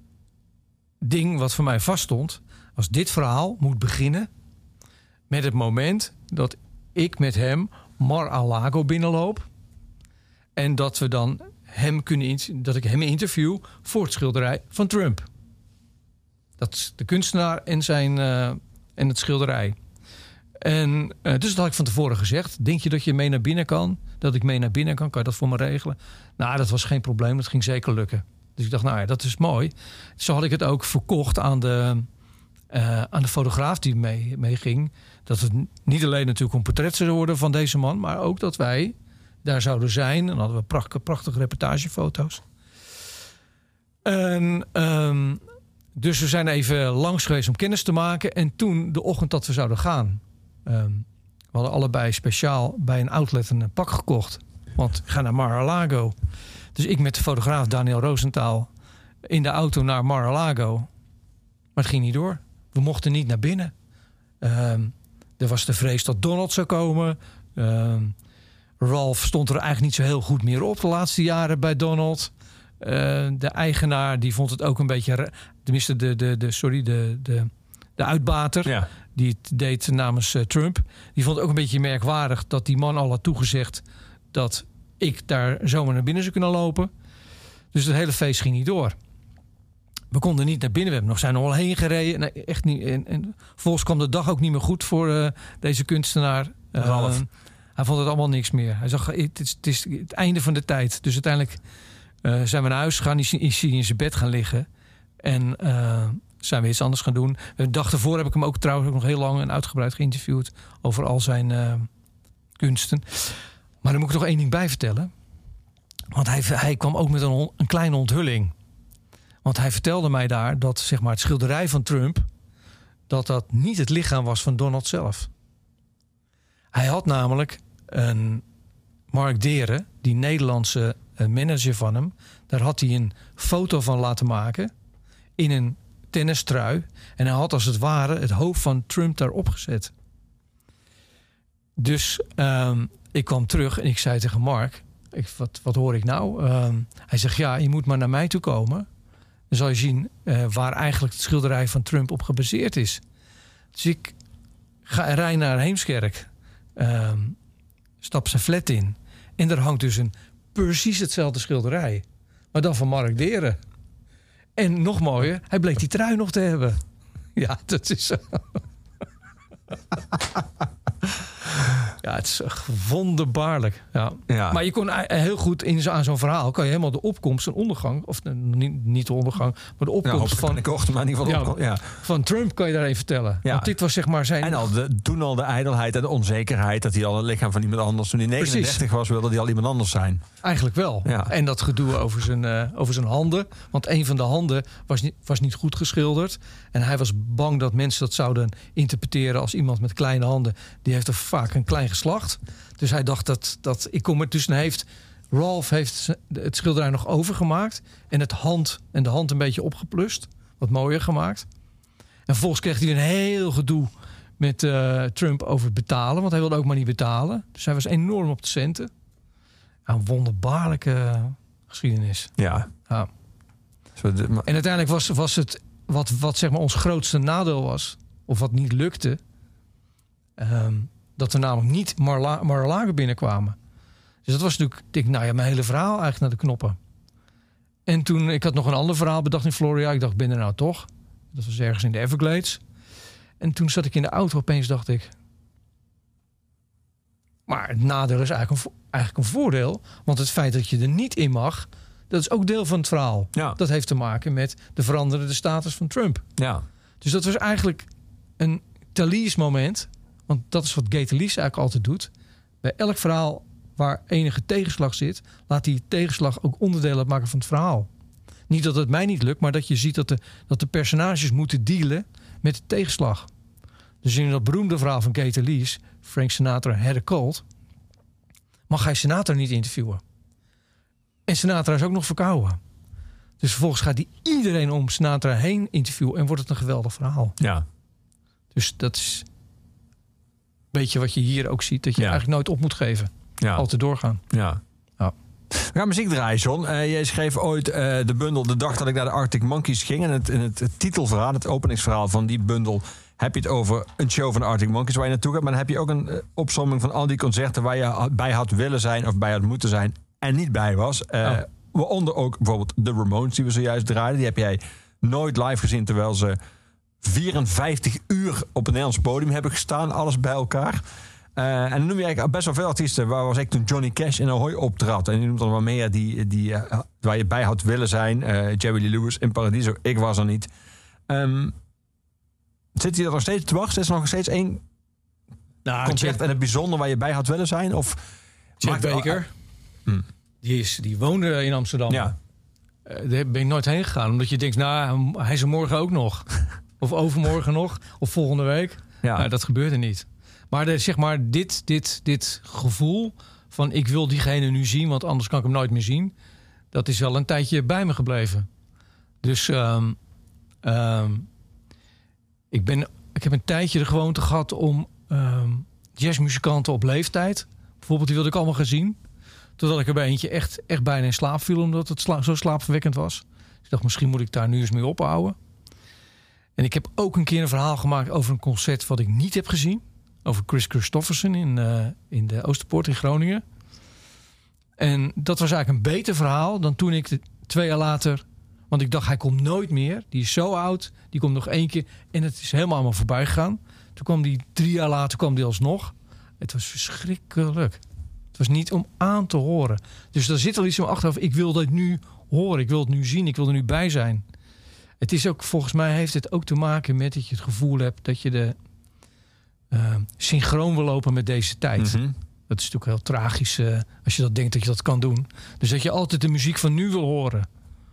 ding wat voor mij vaststond, was dit verhaal moet beginnen met het moment dat ik met hem Mar-a-Lago binnenloop. En dat we dan dat ik hem interview voor het schilderij van Trump. Dat is de kunstenaar en het schilderij. En dus dat had ik van tevoren gezegd. Denk je dat je mee naar binnen kan? Dat ik mee naar binnen kan? Kan je dat voor me regelen? Nou, dat was geen probleem. Dat ging zeker lukken. Dus ik dacht, nou ja, dat is mooi. Zo had ik het ook verkocht aan de fotograaf die mee ging. Dat het niet alleen natuurlijk een portret zou worden van deze man, maar ook dat wij daar zouden zijn. En dan hadden we prachtige reportagefoto's. En dus we zijn even langs geweest om kennis te maken. En toen, de ochtend dat we zouden gaan, we hadden allebei speciaal bij een outlet een pak gekocht. Want ik ga naar Mar-a-Lago. Dus ik met de fotograaf Daniel Rosenthal in de auto naar Mar-a-Lago. Maar het ging niet door. We mochten niet naar binnen. Er was de vrees dat Donald zou komen. Ralph stond er eigenlijk niet zo heel goed meer op de laatste jaren bij Donald. De eigenaar die vond het ook een beetje, tenminste de uitbater, ja, die het deed namens Trump, die vond het ook een beetje merkwaardig dat die man al had toegezegd dat ik daar zomaar naar binnen zou kunnen lopen. Dus het hele feest ging niet door. We konden niet naar binnen. We zijn er al heen gereden. Nee, echt niet. En volgens kwam de dag ook niet meer goed voor deze kunstenaar. Hij vond het allemaal niks meer. Hij zag, het is het einde van de tijd. Dus uiteindelijk zijn we naar huis gegaan. Is hij in zijn bed gaan liggen. En zijn we iets anders gaan doen. De dag ervoor heb ik hem ook trouwens ook nog heel lang en uitgebreid geïnterviewd over al zijn kunsten. Maar daar moet ik nog één ding bij vertellen. Want hij kwam ook met een kleine onthulling. Want hij vertelde mij daar dat zeg maar, het schilderij van Trump... dat niet het lichaam was van Donald zelf. Hij had namelijk een Mark Deren, die Nederlandse manager van hem... daar had hij een foto van laten maken in een tennistrui. En hij had als het ware het hoofd van Trump daarop gezet. Dus ik kwam terug en ik zei tegen Mark... Wat hoor ik nou? Hij zegt, ja, je moet maar naar mij toe komen. Dan zal je zien waar eigenlijk het schilderij van Trump op gebaseerd is. Dus ik rij naar Heemskerk. Stap zijn flat in. En daar hangt dus precies hetzelfde schilderij. Maar dan van Mark Deren. En nog mooier, hij bleek die trui nog te hebben. Ja, dat is... Ja, het is wonderbaarlijk. Ja. Ja. Maar je kon heel goed aan zo'n verhaal... kan je helemaal de opkomst en ondergang... of niet de ondergang, maar de opkomst van... van Trump kan je daar even vertellen. Ja. Want dit was zeg maar zijn... En toen al de ijdelheid en de onzekerheid... dat hij al het lichaam van iemand anders... toen hij 39 was, wilde hij al iemand anders zijn. Eigenlijk wel. Ja. En dat gedoe over zijn handen. Want een van de handen was niet goed geschilderd. En hij was bang dat mensen dat zouden interpreteren... als iemand met kleine handen. Die heeft er vaak een klein geslacht. Dus hij dacht dat ik kom er tussen. Ralph heeft het schilderij nog overgemaakt. En de hand een beetje opgeplust. Wat mooier gemaakt. En vervolgens kreeg hij een heel gedoe met Trump over betalen. Want hij wilde ook maar niet betalen. Dus hij was enorm op de centen. Een wonderbaarlijke geschiedenis. Ja. En uiteindelijk was het wat zeg maar ons grootste nadeel was. Of wat niet lukte. Dat er namelijk niet Mar-a-Lago binnenkwamen. Dus dat was natuurlijk, mijn hele verhaal eigenlijk naar de knoppen. En toen, ik had nog een ander verhaal bedacht in Florida. Ik dacht, ik ben er nou toch. Dat was ergens in de Everglades. En toen zat ik in de auto, opeens dacht ik... Maar het nadeel is eigenlijk een voordeel. Want het feit dat je er niet in mag... dat is ook deel van het verhaal. Ja. Dat heeft te maken met de veranderde status van Trump. Ja. Dus dat was eigenlijk een Talese moment... Want dat is wat Gay Talese eigenlijk altijd doet. Bij elk verhaal waar enige tegenslag zit... laat die tegenslag ook onderdeel uitmaken van het verhaal. Niet dat het mij niet lukt, maar dat je ziet dat de personages moeten dealen met de tegenslag. Dus in dat beroemde verhaal van Gay Talese... Frank Sinatra had a cold... mag hij Sinatra niet interviewen. En Sinatra is ook nog verkouden. Dus vervolgens gaat hij iedereen om Sinatra heen interviewen... en wordt het een geweldig verhaal. Ja. Dus dat is... beetje wat je hier ook ziet, dat je eigenlijk nooit op moet geven. Ja. Altijd doorgaan. Ja. We gaan muziek draaien, John. Jij schreef ooit de bundel De dag dat ik naar de Arctic Monkeys ging. En het titelverhaal, het openingsverhaal van die bundel... heb je het over een show van de Arctic Monkeys waar je naartoe gaat. Maar dan heb je ook een opsomming van al die concerten... waar je bij had willen zijn of bij had moeten zijn en niet bij was. Waaronder ook bijvoorbeeld de Ramones die we zojuist draaiden. Die heb jij nooit live gezien, terwijl ze... 54 uur op een Nederlands podium hebben gestaan, alles bij elkaar. En dan noem je eigenlijk best wel veel artiesten. Waar was ik toen Johnny Cash in Ahoy optrad. En je noemt dan wel meer die waar je bij had willen zijn. Jerry Lee Lewis in Paradiso. Ik was er niet. Zit hij er nog steeds dwars? Is er nog steeds één concert en het bijzonder waar je bij had willen zijn? Of Chet Baker. Die woonde in Amsterdam. Ja. Daar ben ik nooit heen gegaan. Omdat je denkt, hij is er morgen ook nog. Of overmorgen nog. Of volgende week. Ja. Dat gebeurde niet. Maar zeg maar dit gevoel van ik wil diegene nu zien, want anders kan ik hem nooit meer zien. Dat is wel een tijdje bij me gebleven. Dus ik heb een tijdje de gewoonte gehad om jazzmuzikanten op leeftijd. Bijvoorbeeld, die wilde ik allemaal gaan zien. Totdat ik er bij eentje echt bijna in slaap viel, omdat het zo slaapverwekkend was. Dus ik dacht, misschien moet ik daar nu eens mee ophouden. En ik heb ook een keer een verhaal gemaakt over een concert wat ik niet heb gezien. Over Chris Christofferson in de Oosterpoort in Groningen. En dat was eigenlijk een beter verhaal dan toen ik 2 jaar later... Want ik dacht, hij komt nooit meer. Die is zo oud. Die komt nog 1 keer. En het is helemaal allemaal voorbij gegaan. Toen kwam die 3 jaar later kwam die alsnog. Het was verschrikkelijk. Het was niet om aan te horen. Dus daar zit al iets in mijn achterhoofd. Ik wil dat nu horen. Ik wil het nu zien. Ik wil er nu bij zijn. Het is ook, volgens mij heeft het ook te maken met dat je het gevoel hebt dat je de synchroon wil lopen met deze tijd. Mm-hmm. Dat is natuurlijk heel tragisch als je dat denkt dat je dat kan doen. Dus dat je altijd de muziek van nu wil horen.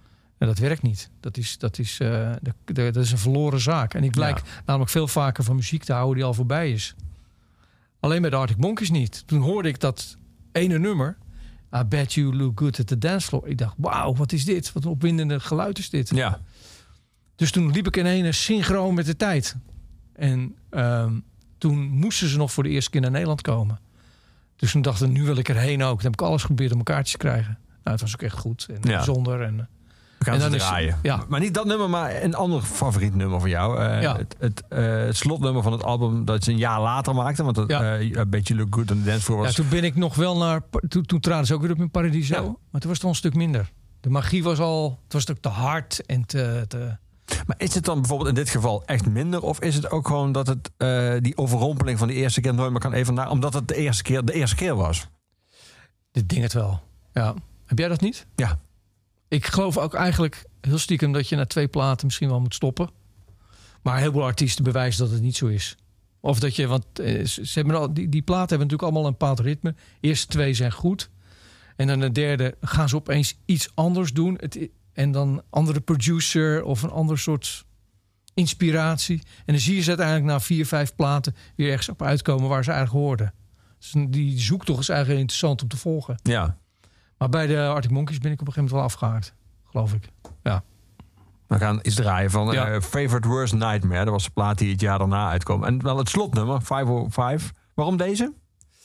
En dat werkt niet. Dat is een verloren zaak. En ik blijk namelijk veel vaker van muziek te houden die al voorbij is. Alleen bij de Arctic Monkeys niet. Toen hoorde ik dat ene nummer, I Bet You Look Good at the Dance Floor. Ik dacht, wauw, wat is dit? Wat een opwindende geluid is dit. Ja. Dus toen liep ik in ene synchroon met de tijd. En toen moesten ze nog voor de eerste keer naar Nederland komen. Dus toen dacht ik, nu wil ik erheen ook. Toen heb ik alles geprobeerd om een kaartjes te krijgen. Nou, het was ook echt goed en bijzonder. En we gaan en ze dan draaien. Ja. Maar niet dat nummer, maar een ander favoriet nummer van jou. Het slotnummer van het album dat ze een jaar later maakte. Want een beetje Look Good on the Dance Floor was... Ja, toen ben ik nog wel naar... Toen traden ze ook weer op in Paradiso. Ja. Maar toen was het al een stuk minder. De magie was al... Het was ook te hard en te... Maar is het dan bijvoorbeeld in dit geval echt minder? Of is het ook gewoon dat het die overrompeling van die eerste keer nooit meer kan evenaren? Omdat het de eerste keer was? Ik denk het wel. Ja. Heb jij dat niet? Ja. Ik geloof ook eigenlijk heel stiekem dat je na 2 platen misschien wel moet stoppen. Maar heel veel artiesten bewijzen dat het niet zo is. Of dat je, want ze hebben al, die platen hebben natuurlijk allemaal een bepaald ritme. De eerste 2 zijn goed. En dan de derde gaan ze opeens iets anders doen. En dan een andere producer of een ander soort inspiratie. En dan zie je ze uiteindelijk na 4, 5 platen weer ergens op uitkomen waar ze eigenlijk hoorden. Dus die zoektocht is eigenlijk interessant om te volgen. Ja. Maar bij de Arctic Monkeys ben ik op een gegeven moment wel afgehaakt. Geloof ik. Ja. We gaan iets draaien van Favorite Worst Nightmare. Dat was de plaat die het jaar daarna uitkwam. En wel het slotnummer, 505. Waarom deze?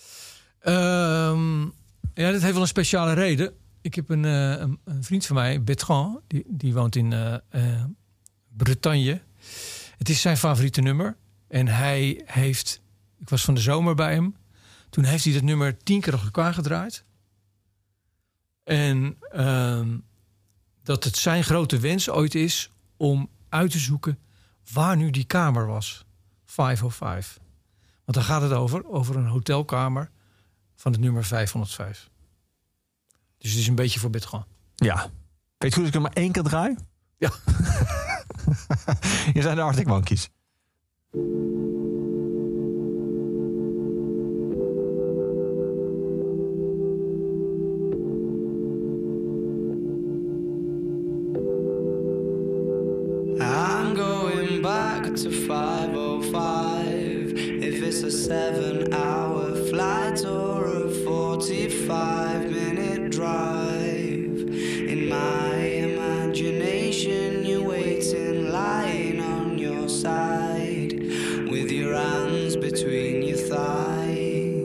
Ja, dit heeft wel een speciale reden. Ik heb een vriend van mij, Bertrand, die woont in Bretagne. Het is zijn favoriete nummer. En hij heeft... Ik was van de zomer bij hem. Toen heeft hij dat nummer 10 keer op elkaar gedraaid. En dat het zijn grote wens ooit is om uit te zoeken waar nu die kamer was. 505. Want daar gaat het over een hotelkamer van het nummer 505. Dus het is een beetje voor Bertrand. Ja. Weet je goed dat ik hem maar 1 keer draai? Ja. Hier zijn de Arctic Monkeys. I'm going back to 505. If it's a 7-hour flight or a 45-minute drive. In my imagination, you're waiting, lying on your side, with your hands between your thighs.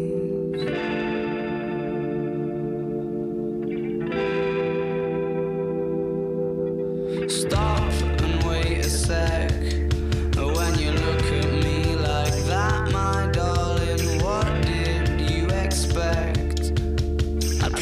Stop and wait a sec. When you look at me like that, my darling, what did you expect? I'd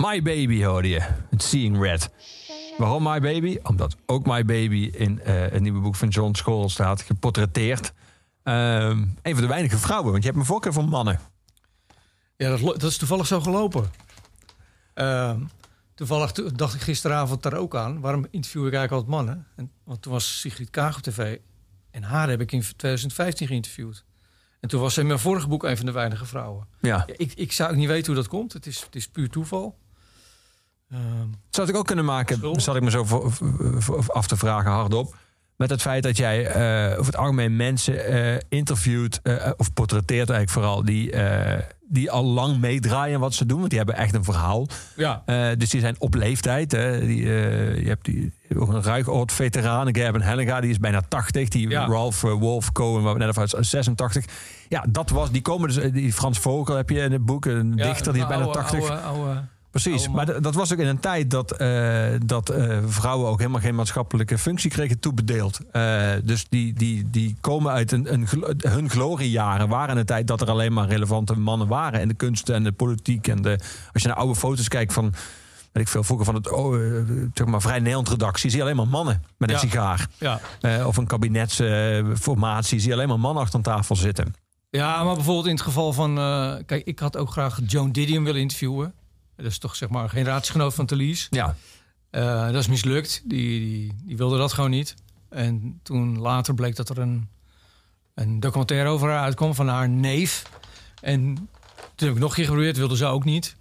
My Baby hoorde je. Het Seeing Red. Waarom My Baby? Omdat ook My Baby in het nieuwe boek van John Scholl staat. Geportretteerd. Een van de weinige vrouwen. Want je hebt een voorkeur voor mannen. Ja, dat is toevallig zo gelopen. Toevallig dacht ik gisteravond daar ook aan. Waarom interview ik eigenlijk altijd mannen? Want toen was Sigrid Kaag op tv. En haar heb ik in 2015 geïnterviewd. En toen was zij in mijn vorige boek een van de weinige vrouwen. Ja. Ik zou ook niet weten hoe dat komt. Het is puur toeval. Zou ik ook kunnen maken, zat ik me zo af te vragen hardop. Met het feit dat jij over het algemeen mensen interviewt of portretteert eigenlijk vooral die al lang meedraaien wat ze doen. Want die hebben echt een verhaal. Ja. Dus die zijn op leeftijd. Je hebt ook een Ruigoord-veteraan, Gerben Hellinga, die is bijna 80. Die Ralph Wolf Cohen, waar we net over uit 86. Ja, die komen dus. Die Frans Vogel heb je in het boek, een dichter die is bijna 80. Precies, maar dat was ook in een tijd dat vrouwen ook helemaal geen maatschappelijke functie kregen toebedeeld. Dus die komen uit hun gloriejaren waren een tijd dat er alleen maar relevante mannen waren in de kunst en de politiek. En als je naar oude foto's kijkt van, weet ik veel, vroeger van het zeg maar Vrij Nederland-redactie, zie je alleen maar mannen met een sigaar. Ja. Of een kabinetsformatie, zie je alleen maar mannen achter een tafel zitten. Ja, maar bijvoorbeeld in het geval van, kijk, ik had ook graag Joan Didion willen interviewen. Dat is toch zeg maar een generatiegenoot van Thalys. Ja. Dat is mislukt. Die wilde dat gewoon niet. En toen later bleek dat er een documentaire over haar uitkwam van haar neef. En toen heb ik nog een keer geprobeerd, wilde ze ook niet.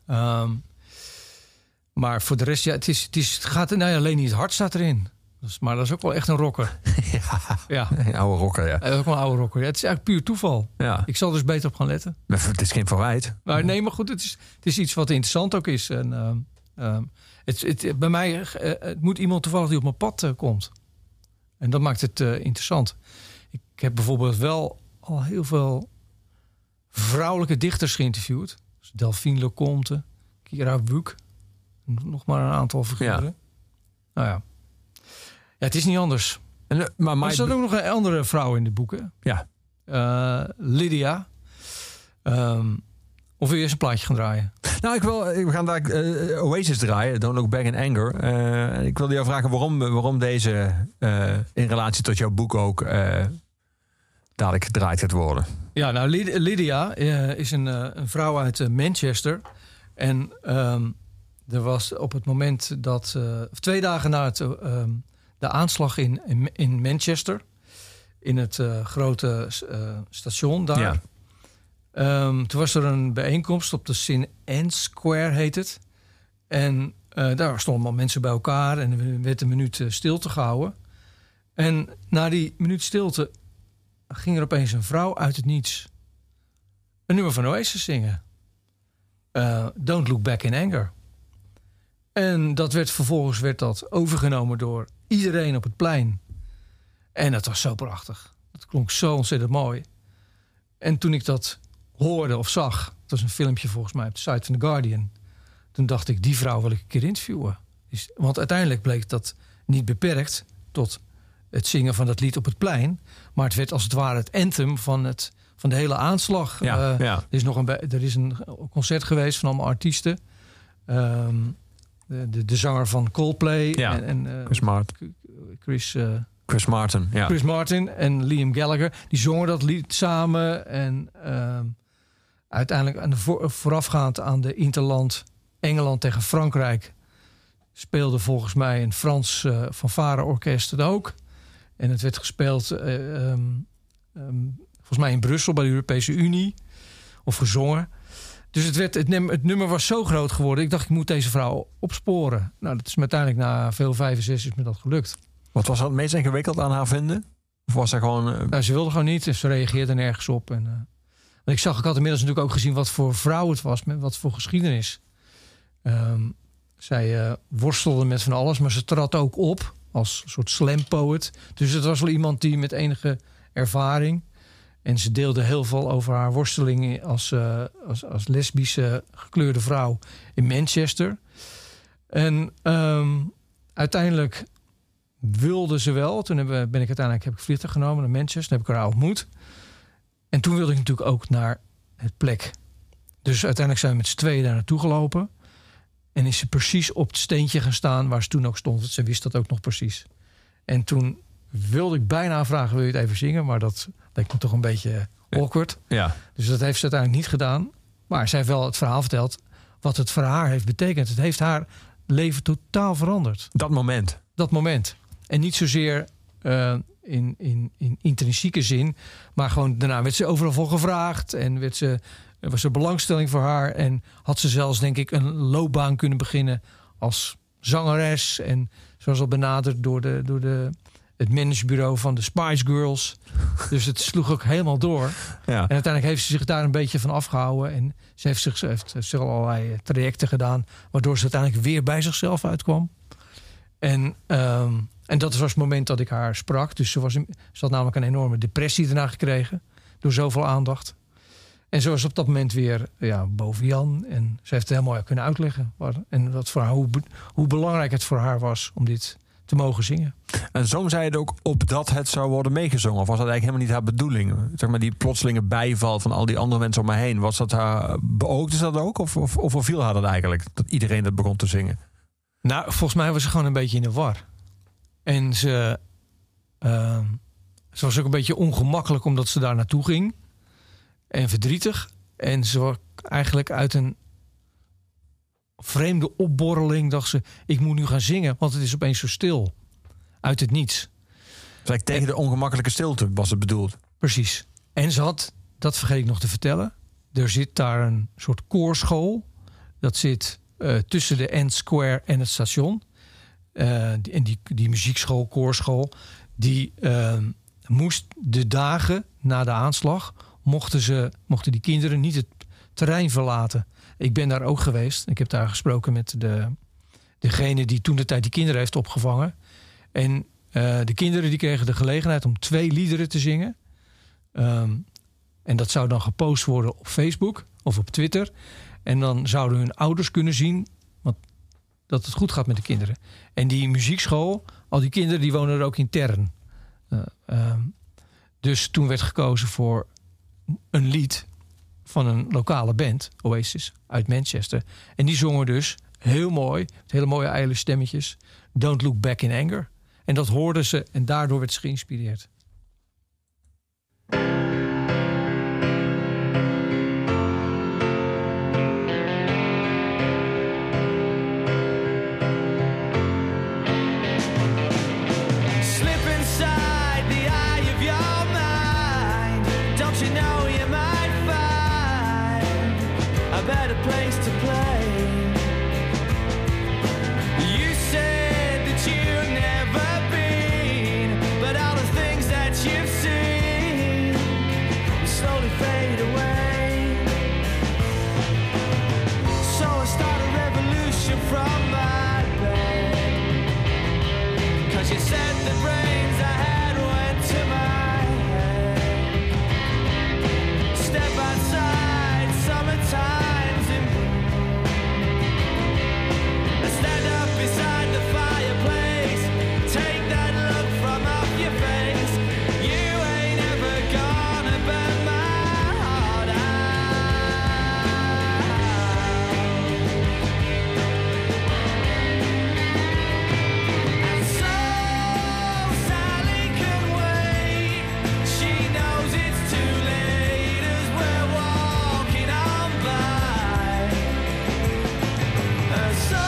Maar voor de rest, ja, het gaat alleen niet het hart staat erin. Maar dat is ook wel echt een rocker. Ja. Een oude rocker, ja. Ook wel een oude rocker. Ja, het is eigenlijk puur toeval. Ja. Ik zal er dus beter op gaan letten. Maar het is geen verwijt. Maar nee, maar goed, het is iets wat interessant ook is. En, bij mij het moet iemand toevallig die op mijn pad komt. En dat maakt het interessant. Ik heb bijvoorbeeld wel al heel veel vrouwelijke dichters geïnterviewd. Dus Delphine Leconte, Kira Wuk. Nog maar een aantal figuren. Ja. Nou ja. Ja, het is niet anders. Maar er staat ook nog een andere vrouw in de boeken. Ja. Lydia. Of wil je eerst een plaatje gaan draaien? Nou, we gaan daar Oasis draaien. Don't Look Back in Anger. Ik wilde jou vragen waarom deze in relatie tot jouw boek ook dadelijk gedraaid gaat worden. Ja, nou, Lydia is een vrouw uit Manchester. En er was op het moment dat 2 dagen na de aanslag in Manchester, in het grote station daar. Ja. Toen was er een bijeenkomst op de St. Anne's Square, heet het. En daar stonden allemaal mensen bij elkaar en er werd een minuut stilte gehouden. En na die minuut stilte ging er opeens een vrouw uit het niets een nummer van Oasis zingen. Don't Look Back in Anger. En vervolgens werd dat overgenomen door iedereen op het plein. En dat was zo prachtig. Dat klonk zo ontzettend mooi. En toen ik dat hoorde of zag, het was een filmpje volgens mij op de site van The Guardian. Toen dacht ik, die vrouw wil ik een keer interviewen. Want uiteindelijk bleek dat niet beperkt tot het zingen van dat lied op het plein. Maar het werd als het ware het anthem van de hele aanslag. Ja. Er is een concert geweest van allemaal artiesten. De zanger van Coldplay. Ja. En Chris Martin. Chris Martin, ja. Chris Martin en Liam Gallagher. Die zongen dat lied samen. En uiteindelijk voorafgaand aan de interland Engeland tegen Frankrijk speelde volgens mij een Frans fanfare-orkest het ook. En het werd gespeeld volgens mij in Brussel bij de Europese Unie. Of gezongen. Dus het nummer was zo groot geworden. Ik dacht, ik moet deze vrouw opsporen. Nou, dat is me uiteindelijk na veel 65 is me dat gelukt. Wat was het meest ingewikkeld aan haar vinden? Of was zij gewoon... Nou, ze wilde gewoon niet. Dus ze reageerde nergens op. En, ik had inmiddels natuurlijk ook gezien wat voor vrouw het was. Met wat voor geschiedenis. Zij worstelde met van alles. Maar ze trad ook op als soort slam poet. Dus het was wel iemand die met enige ervaring... En ze deelde heel veel over haar worsteling als lesbische gekleurde vrouw in Manchester. En uiteindelijk wilde ze wel. Toen heb ik vliegtuig genomen naar Manchester. Toen heb ik haar ontmoet. En toen wilde ik natuurlijk ook naar het plek. Dus uiteindelijk zijn we met z'n tweeën daar naartoe gelopen. En is ze precies op het steentje gaan staan waar ze toen ook stond. Ze wist dat ook nog precies. En toen wilde ik bijna vragen, wil je het even zingen? Maar dat leek me toch een beetje awkward. Ja. Dus dat heeft ze uiteindelijk niet gedaan. Maar zij heeft wel het verhaal verteld wat het voor haar heeft betekend. Het heeft haar leven totaal veranderd. Dat moment. En niet zozeer in intrinsieke zin. Maar gewoon daarna werd ze overal voor gevraagd. En was er belangstelling voor haar. En had ze zelfs, denk ik, een loopbaan kunnen beginnen als zangeres. En zoals al benaderd door het managebureau van de Spice Girls. Dus het sloeg ook helemaal door. Ja. En uiteindelijk heeft ze zich daar een beetje van afgehouden. En ze heeft zich allerlei trajecten gedaan. Waardoor ze uiteindelijk weer bij zichzelf uitkwam. En dat was het moment dat ik haar sprak. Dus ze had namelijk een enorme depressie daarna gekregen. Door zoveel aandacht. En ze was op dat moment weer boven Jan. En ze heeft het heel mooi kunnen uitleggen. En dat voor haar, hoe belangrijk het voor haar was om dit te mogen zingen. En zong zij het ook op dat het zou worden meegezongen? Of was dat eigenlijk helemaal niet haar bedoeling? Zeg maar die plotselinge bijval van al die andere mensen om me heen. Was dat haar beoogde ze dat ook? Of overviel haar dat eigenlijk? Dat iedereen dat begon te zingen? Nou, volgens mij was ze gewoon een beetje in de war. En ze was ook een beetje ongemakkelijk omdat ze daar naartoe ging. En verdrietig. En ze was eigenlijk uit een vreemde opborreling dacht ze, ik moet nu gaan zingen, want het is opeens zo stil. Uit het niets. Dus tegen de ongemakkelijke stilte was het bedoeld. Precies. En ze had, dat vergeet ik nog te vertellen, er zit daar een soort koorschool. Dat zit tussen de End Square en het station. En die muziekschool, koorschool, die moest de dagen na de aanslag, mochten die kinderen niet het terrein verlaten. Ik ben daar ook geweest. Ik heb daar gesproken met degene die toen de tijd die kinderen heeft opgevangen. En de kinderen die kregen de gelegenheid om 2 liederen te zingen. En dat zou dan gepost worden op Facebook of op Twitter. En dan zouden hun ouders kunnen zien dat het goed gaat met de kinderen. En die muziekschool, al die kinderen die wonen er ook intern. Dus toen werd gekozen voor een lied van een lokale band, Oasis, uit Manchester. En die zongen dus heel mooi, met hele mooie ijle stemmetjes, Don't Look Back in Anger. En dat hoorden ze en daardoor werd ze geïnspireerd. Place to play. You said that you've never been, but all the things that you've seen slowly fade away. So I start a revolution from my bed, 'cause you said the brains I had went to my head. Step outside, summertime. Stand up beside the fireplace. Take that look from off your face. You ain't ever gonna burn my heart out. And so Sally can wait. She knows it's too late as we're walking on by. And so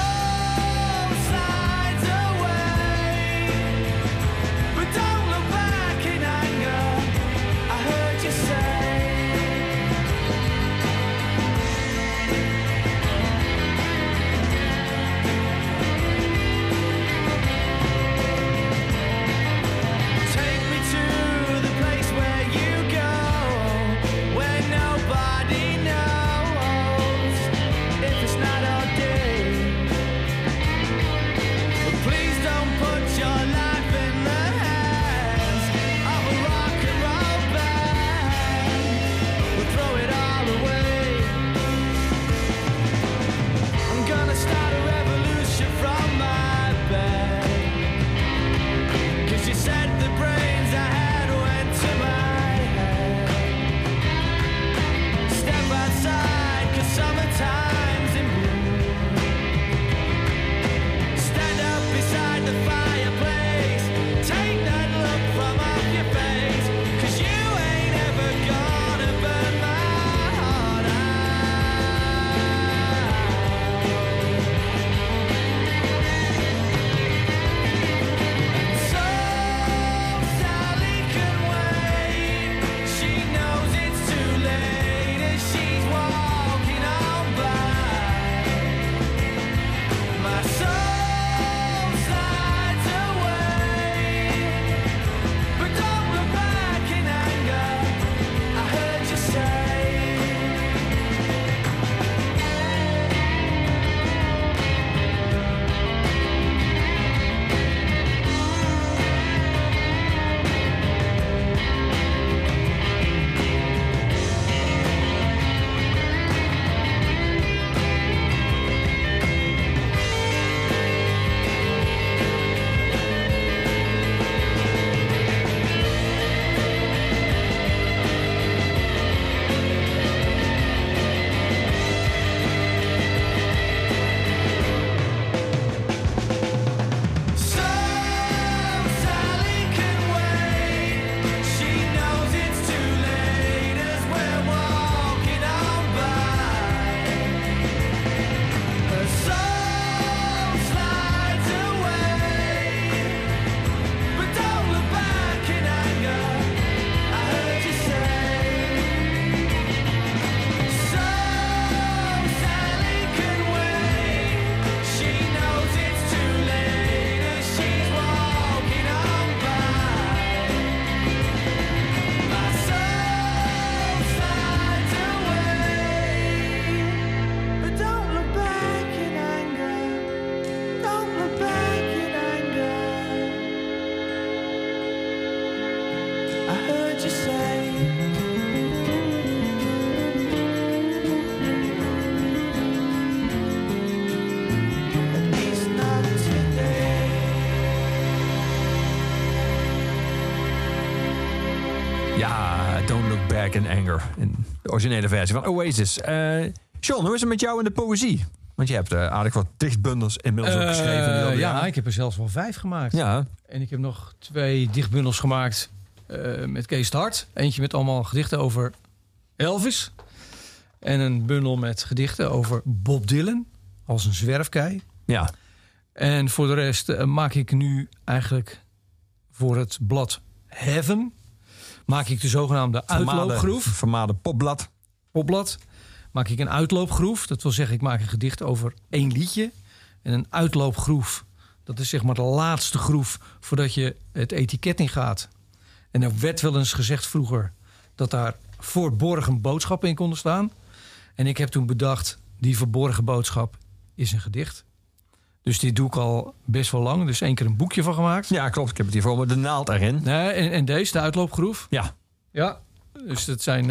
Back in Anger. In de originele versie van Oasis. John, hoe is het met jou in de poëzie? Want je hebt aardig wat dichtbundels inmiddels ook geschreven. Ja, ik heb er zelfs wel 5 gemaakt. Ja. En ik heb nog 2 dichtbundels gemaakt met Kees de Hart. Eentje met allemaal gedichten over Elvis. En een bundel met gedichten over Bob Dylan. Als een zwerfkei. Ja. En voor de rest maak ik nu eigenlijk voor het blad Heaven... maak ik de zogenaamde uitloopgroef. Vermaarde popblad. Popblad. Maak ik een uitloopgroef. Dat wil zeggen, ik maak een gedicht over 1 liedje. En een uitloopgroef, dat is zeg maar de laatste groef voordat je het etiket in gaat. En er werd wel eens gezegd vroeger dat daar verborgen boodschappen in konden staan. En ik heb toen bedacht, die verborgen boodschap is een gedicht. Dus dit doe ik al best wel lang. Dus 1 keer een boekje van gemaakt. Ja, klopt. Ik heb het hier voor me. De naald erin. Nee, en deze, de uitloopgroef. Ja. Ja, dus dat zijn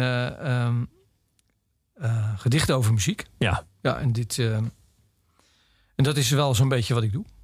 gedichten over muziek. Ja. Ja, en dit... en dat is wel zo'n beetje wat ik doe.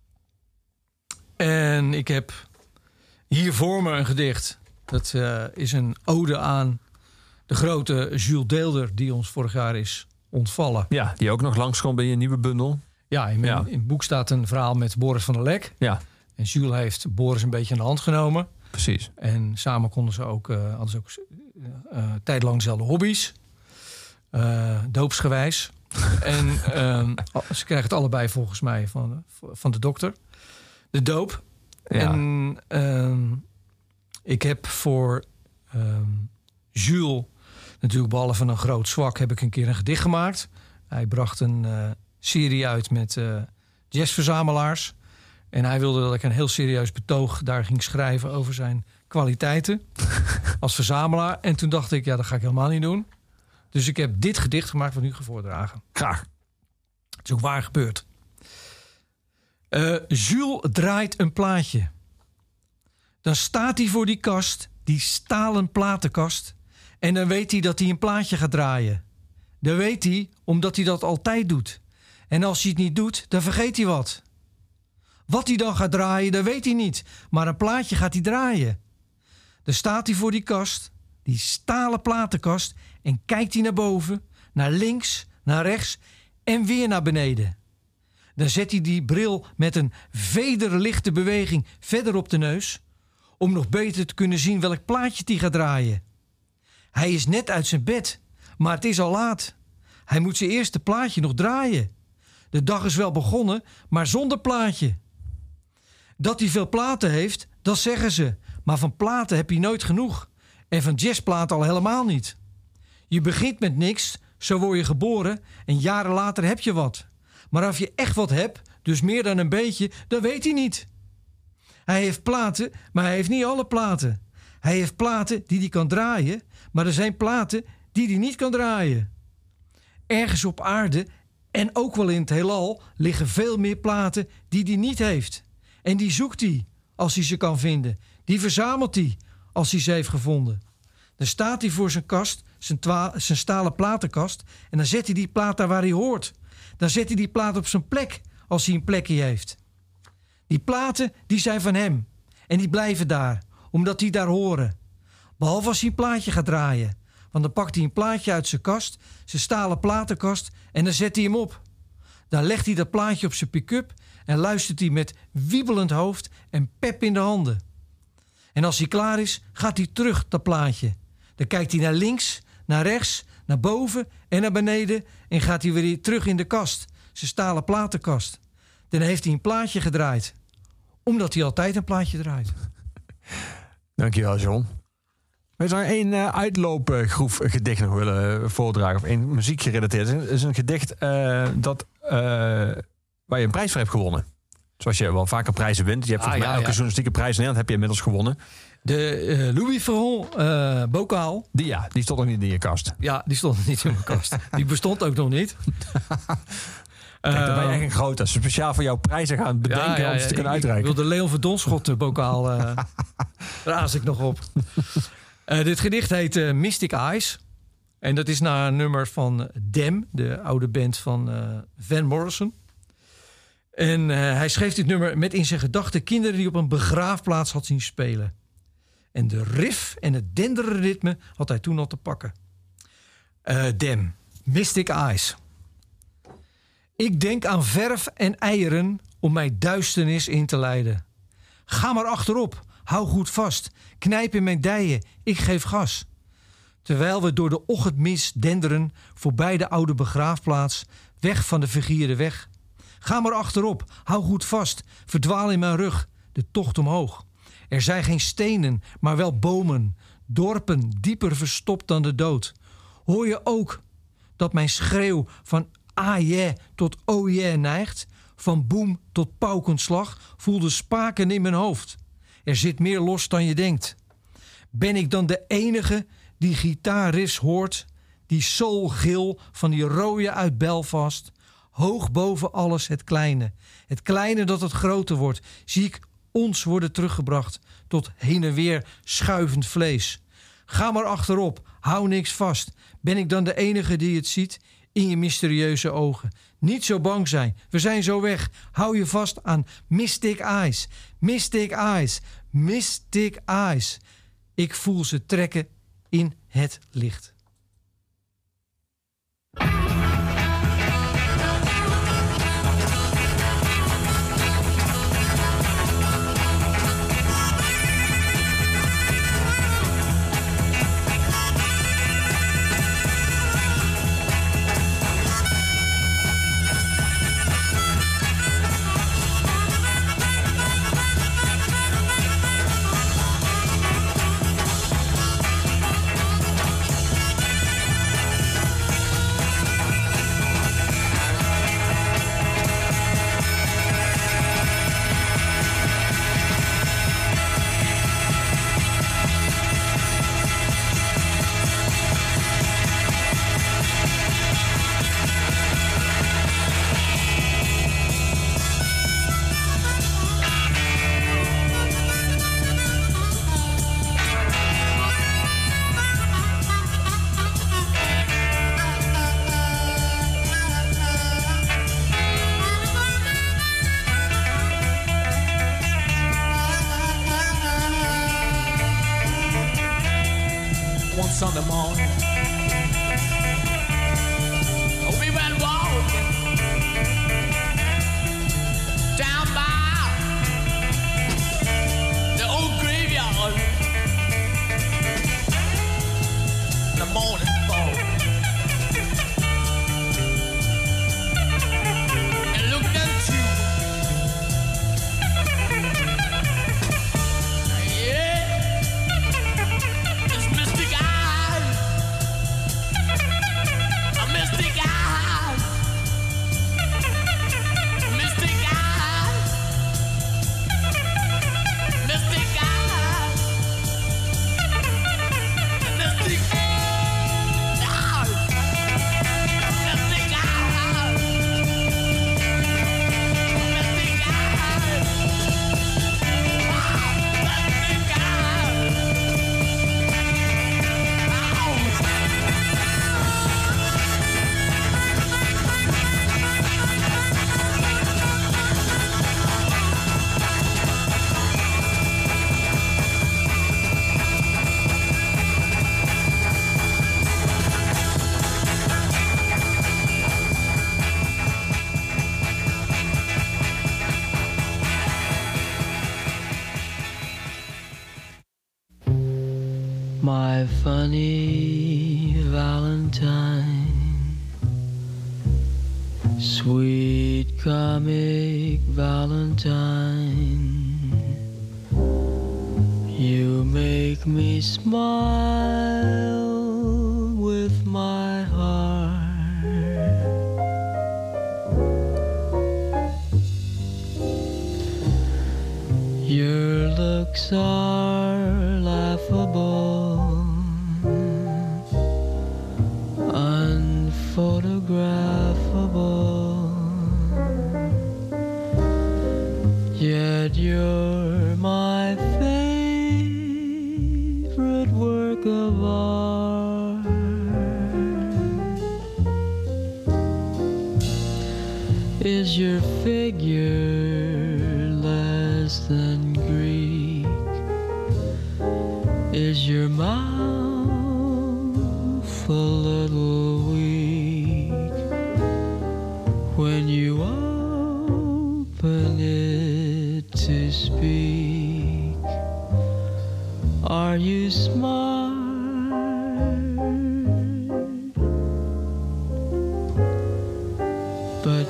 En ik heb hier voor me een gedicht. Dat is een ode aan de grote Jules Deelder... die ons vorig jaar is ontvallen. Ja, die ook nog langskomt bij je nieuwe bundel. Ja, in het boek staat een verhaal met Boris van der Lek. Ja. En Jules heeft Boris een beetje aan de hand genomen. Precies. En samen hadden ze ook tijdlang dezelfde hobby's. Doopsgewijs. En ze krijgen het allebei volgens mij van de dokter. De doop. Ja. En ik heb voor Jules, natuurlijk behalve een groot zwak, heb ik een keer een gedicht gemaakt. Hij bracht een serie uit met jazzverzamelaars. En hij wilde dat ik een heel serieus betoog daar ging schrijven over zijn kwaliteiten als verzamelaar. En toen dacht ik, ja, dat ga ik helemaal niet doen. Dus ik heb dit gedicht gemaakt wat nu ga voordragen. Graag. Het is ook waar gebeurd. Jules draait een plaatje. Dan staat hij voor die kast, die stalen platenkast. En dan weet hij dat hij een plaatje gaat draaien. Dat weet hij omdat hij dat altijd doet. En als hij het niet doet, dan vergeet hij wat. Wat hij dan gaat draaien, dat weet hij niet. Maar een plaatje gaat hij draaien. Dan staat hij voor die kast, die stalen platenkast, en kijkt hij naar boven, naar links, naar rechts en weer naar beneden. Dan zet hij die bril met een vederlichte beweging verder op de neus, om nog beter te kunnen zien welk plaatje hij gaat draaien. Hij is net uit zijn bed, maar het is al laat. Hij moet zijn eerste plaatje nog draaien. De dag is wel begonnen, maar zonder plaatje. Dat hij veel platen heeft, dat zeggen ze. Maar van platen heb je nooit genoeg. En van jazzplaten al helemaal niet. Je begint met niks, zo word je geboren en jaren later heb je wat. Maar als je echt wat hebt, dus meer dan een beetje, dan weet hij niet. Hij heeft platen, maar hij heeft niet alle platen. Hij heeft platen die hij kan draaien, maar er zijn platen die hij niet kan draaien. Ergens op aarde en ook wel in het heelal liggen veel meer platen die hij niet heeft. En die zoekt hij als hij ze kan vinden. Die verzamelt hij als hij ze heeft gevonden. Dan staat hij voor zijn kast, zijn stalen platenkast, en dan zet hij die plaat daar waar hij hoort. Dan zet hij die plaat op zijn plek als hij een plekje heeft. Die platen die zijn van hem en die blijven daar, omdat die daar horen. Behalve als hij een plaatje gaat draaien. Want dan pakt hij een plaatje uit zijn kast, zijn stalen platenkast, en dan zet hij hem op. Dan legt hij dat plaatje op zijn pick-up en luistert hij met wiebelend hoofd en pep in de handen. En als hij klaar is, gaat hij terug, dat plaatje. Dan kijkt hij naar links, naar rechts, naar boven en naar beneden en gaat hij weer terug in de kast, zijn stalen platenkast. Dan heeft hij een plaatje gedraaid. Omdat hij altijd een plaatje draait. Dankjewel, John. We zou 1 uitloopgroef gedicht nog willen voordragen. Of 1 muziek gerelateerd. Het is een gedicht waar je een prijs voor hebt gewonnen. Zoals je wel vaker prijzen wint. Je hebt volgens mij elke journalistieke prijs in Nederland heb je inmiddels gewonnen. De Louis Ferron bokaal. Die stond nog niet in je kast. Ja, die stond niet in mijn kast. Die bestond ook nog niet. Kijk, dan ben je echt een grote. Speciaal voor jouw prijzen gaan bedenken om ze te kunnen uitreiken. Ik wil de Leon van Donschot bokaal. Raas ik nog op. Dit gedicht heet Mystic Eyes. En dat is naar een nummer van Dem, de oude band van Van Morrison. En hij schreef dit nummer met in zijn gedachten kinderen die op een begraafplaats had zien spelen. En de riff en het denderenritme had hij toen al te pakken. Dem, Mystic Eyes. Ik denk aan verf en eieren om mij duisternis in te leiden. Ga maar achterop, hou goed vast, knijp in mijn dijen, ik geef gas. Terwijl we door de ochtendmist denderen, voorbij de oude begraafplaats, weg van de vergierde weg. Ga maar achterop, hou goed vast, verdwaal in mijn rug, de tocht omhoog. Er zijn geen stenen, maar wel bomen, dorpen dieper verstopt dan de dood. Hoor je ook dat mijn schreeuw van ah yeah tot oh yeah neigt? Van boem tot paukenslag voel de spaken in mijn hoofd. Er zit meer los dan je denkt. Ben ik dan de enige die gitaarriffs hoort, die soulgil van die rode uit Belfast? Hoog boven alles het kleine. Het kleine dat het groter wordt, zie ik ons worden teruggebracht tot heen en weer schuivend vlees. Ga maar achterop, hou niks vast. Ben ik dan de enige die het ziet in je mysterieuze ogen? Niet zo bang zijn, we zijn zo weg. Hou je vast aan Mystic Eyes, Mystic Eyes, Mystic Eyes. Ik voel ze trekken in het licht. Sunday morning, we went walking down by the old graveyard. The morning fall, and looked into this mystic eye. My funny Valentine, sweet comic Valentine, you make me smile with my heart. Your looks are laughable, unphotographable, yet you're my favorite work of art. Is your figure less than Greek? yourself a little weak when you open it to speak. Are you smart? But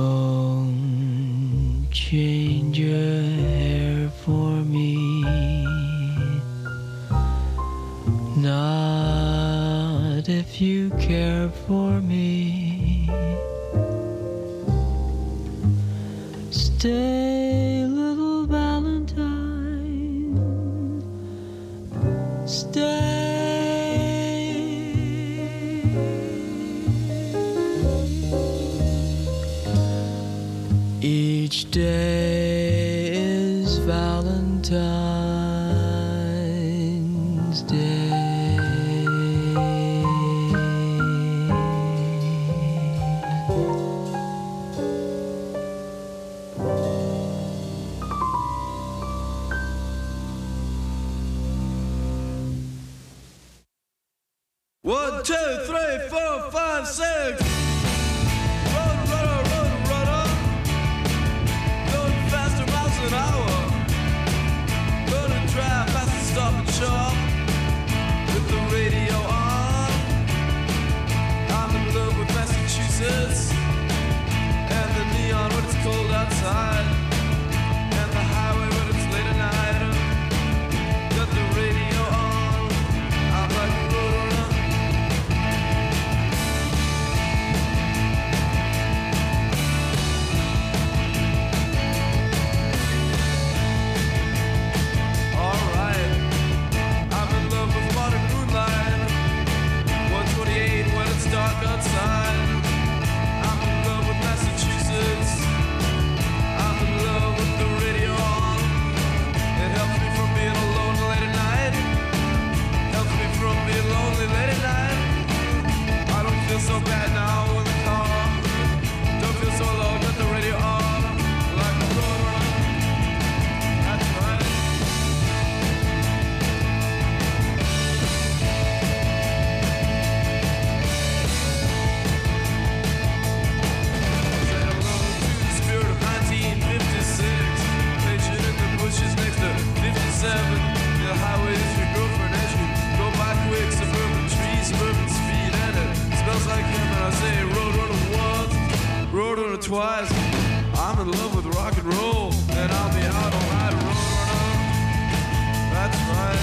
don't change your hair for me. Not if you care for me. Stay, little Valentine. Stay. Each day is Valentine's Day. One, two, three, four, five, six. An hour, gonna drive past the Stop and Shop with the radio on. I'm in love with Massachusetts and the neon when it's cold outside, and the highway when it's late at night. Got the radio on, I'm like a roadrunner. Dark outside. I'm in love with Massachusetts. I'm in love with the radio on. It helps me from being alone late at night. Helps me from being lonely late at night. I don't feel so bad now in the car. Don't feel so alone with the radio on. Like a roadrunner. That's right. Bushes next to 57. The highway is your girlfriend as you go by quick. Suburban trees, suburban speed, and it smells like him. And I say roadrunner once, roadrunner twice. I'm in love with rock and roll, and I'll be out all night, roadrunner. That's right.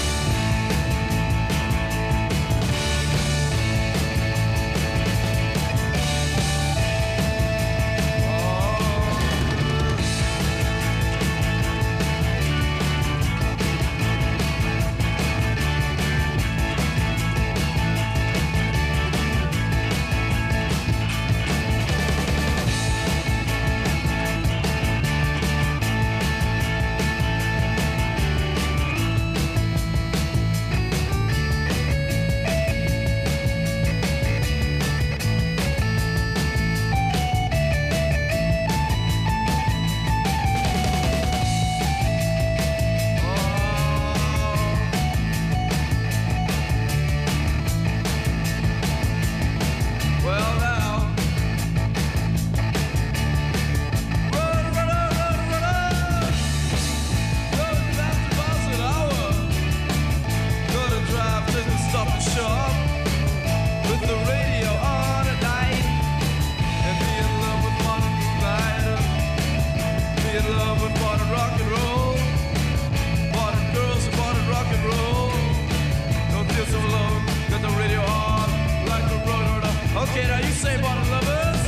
Okay, now you say bottom lovers.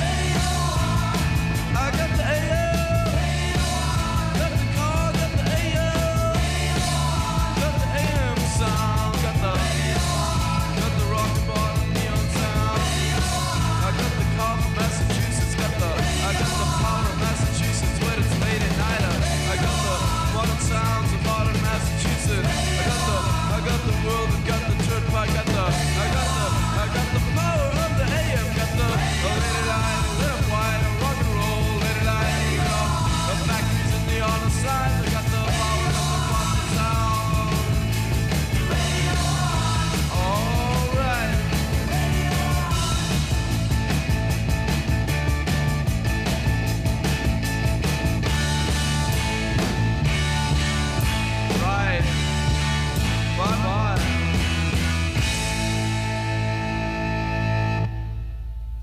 I got the AM. Got the car, got the AM. Got the AM sound. Got the rock and bottom neon sound. I got the car from Massachusetts. I got the power of Massachusetts when it's late at night. I got the modern sounds of modern Massachusetts. I got the world, I got the turnpike. I got the power of the AM. Got the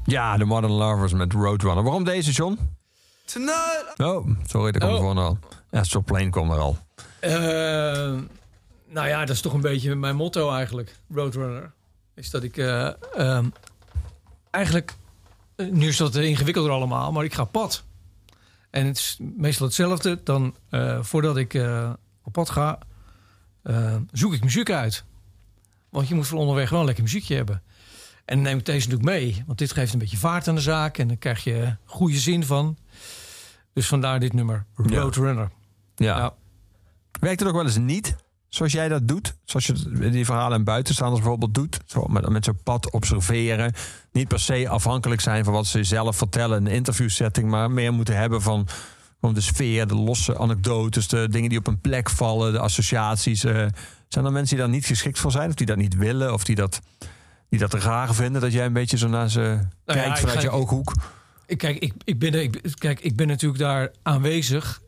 Ja, The Modern Lovers met Roadrunner. Waarom deze, John? Oh, sorry, daar komt de volgende al. Ja, Stop Plane komt er al. Nou ja, dat is toch een beetje mijn motto eigenlijk. Roadrunner. Is dat ik eigenlijk... nu is dat ingewikkelder allemaal, maar ik ga op pad. En het is meestal hetzelfde. Dan voordat ik op pad ga, zoek ik muziek uit. Want je moet voor onderweg wel een lekker muziekje hebben. En dan neem ik deze natuurlijk mee. Want dit geeft een beetje vaart aan de zaak. En dan krijg je goede zin van. Dus vandaar dit nummer. Roadrunner. Ja. Werkt het ook wel eens niet? Zoals jij dat doet? Zoals je die verhalen en buitenstaanders bijvoorbeeld doet? Zo met zo'n pad observeren. Niet per se afhankelijk zijn van wat ze zelf vertellen in een interviewsetting. Maar meer moeten hebben van de sfeer, de losse anekdotes. De dingen die op een plek vallen, de associaties. Zijn er mensen die daar niet geschikt voor zijn? Of die dat niet willen? Of die dat raar vinden? Dat jij een beetje zo naar ze kijkt vanuit je ooghoek? Ik ben natuurlijk daar aanwezig.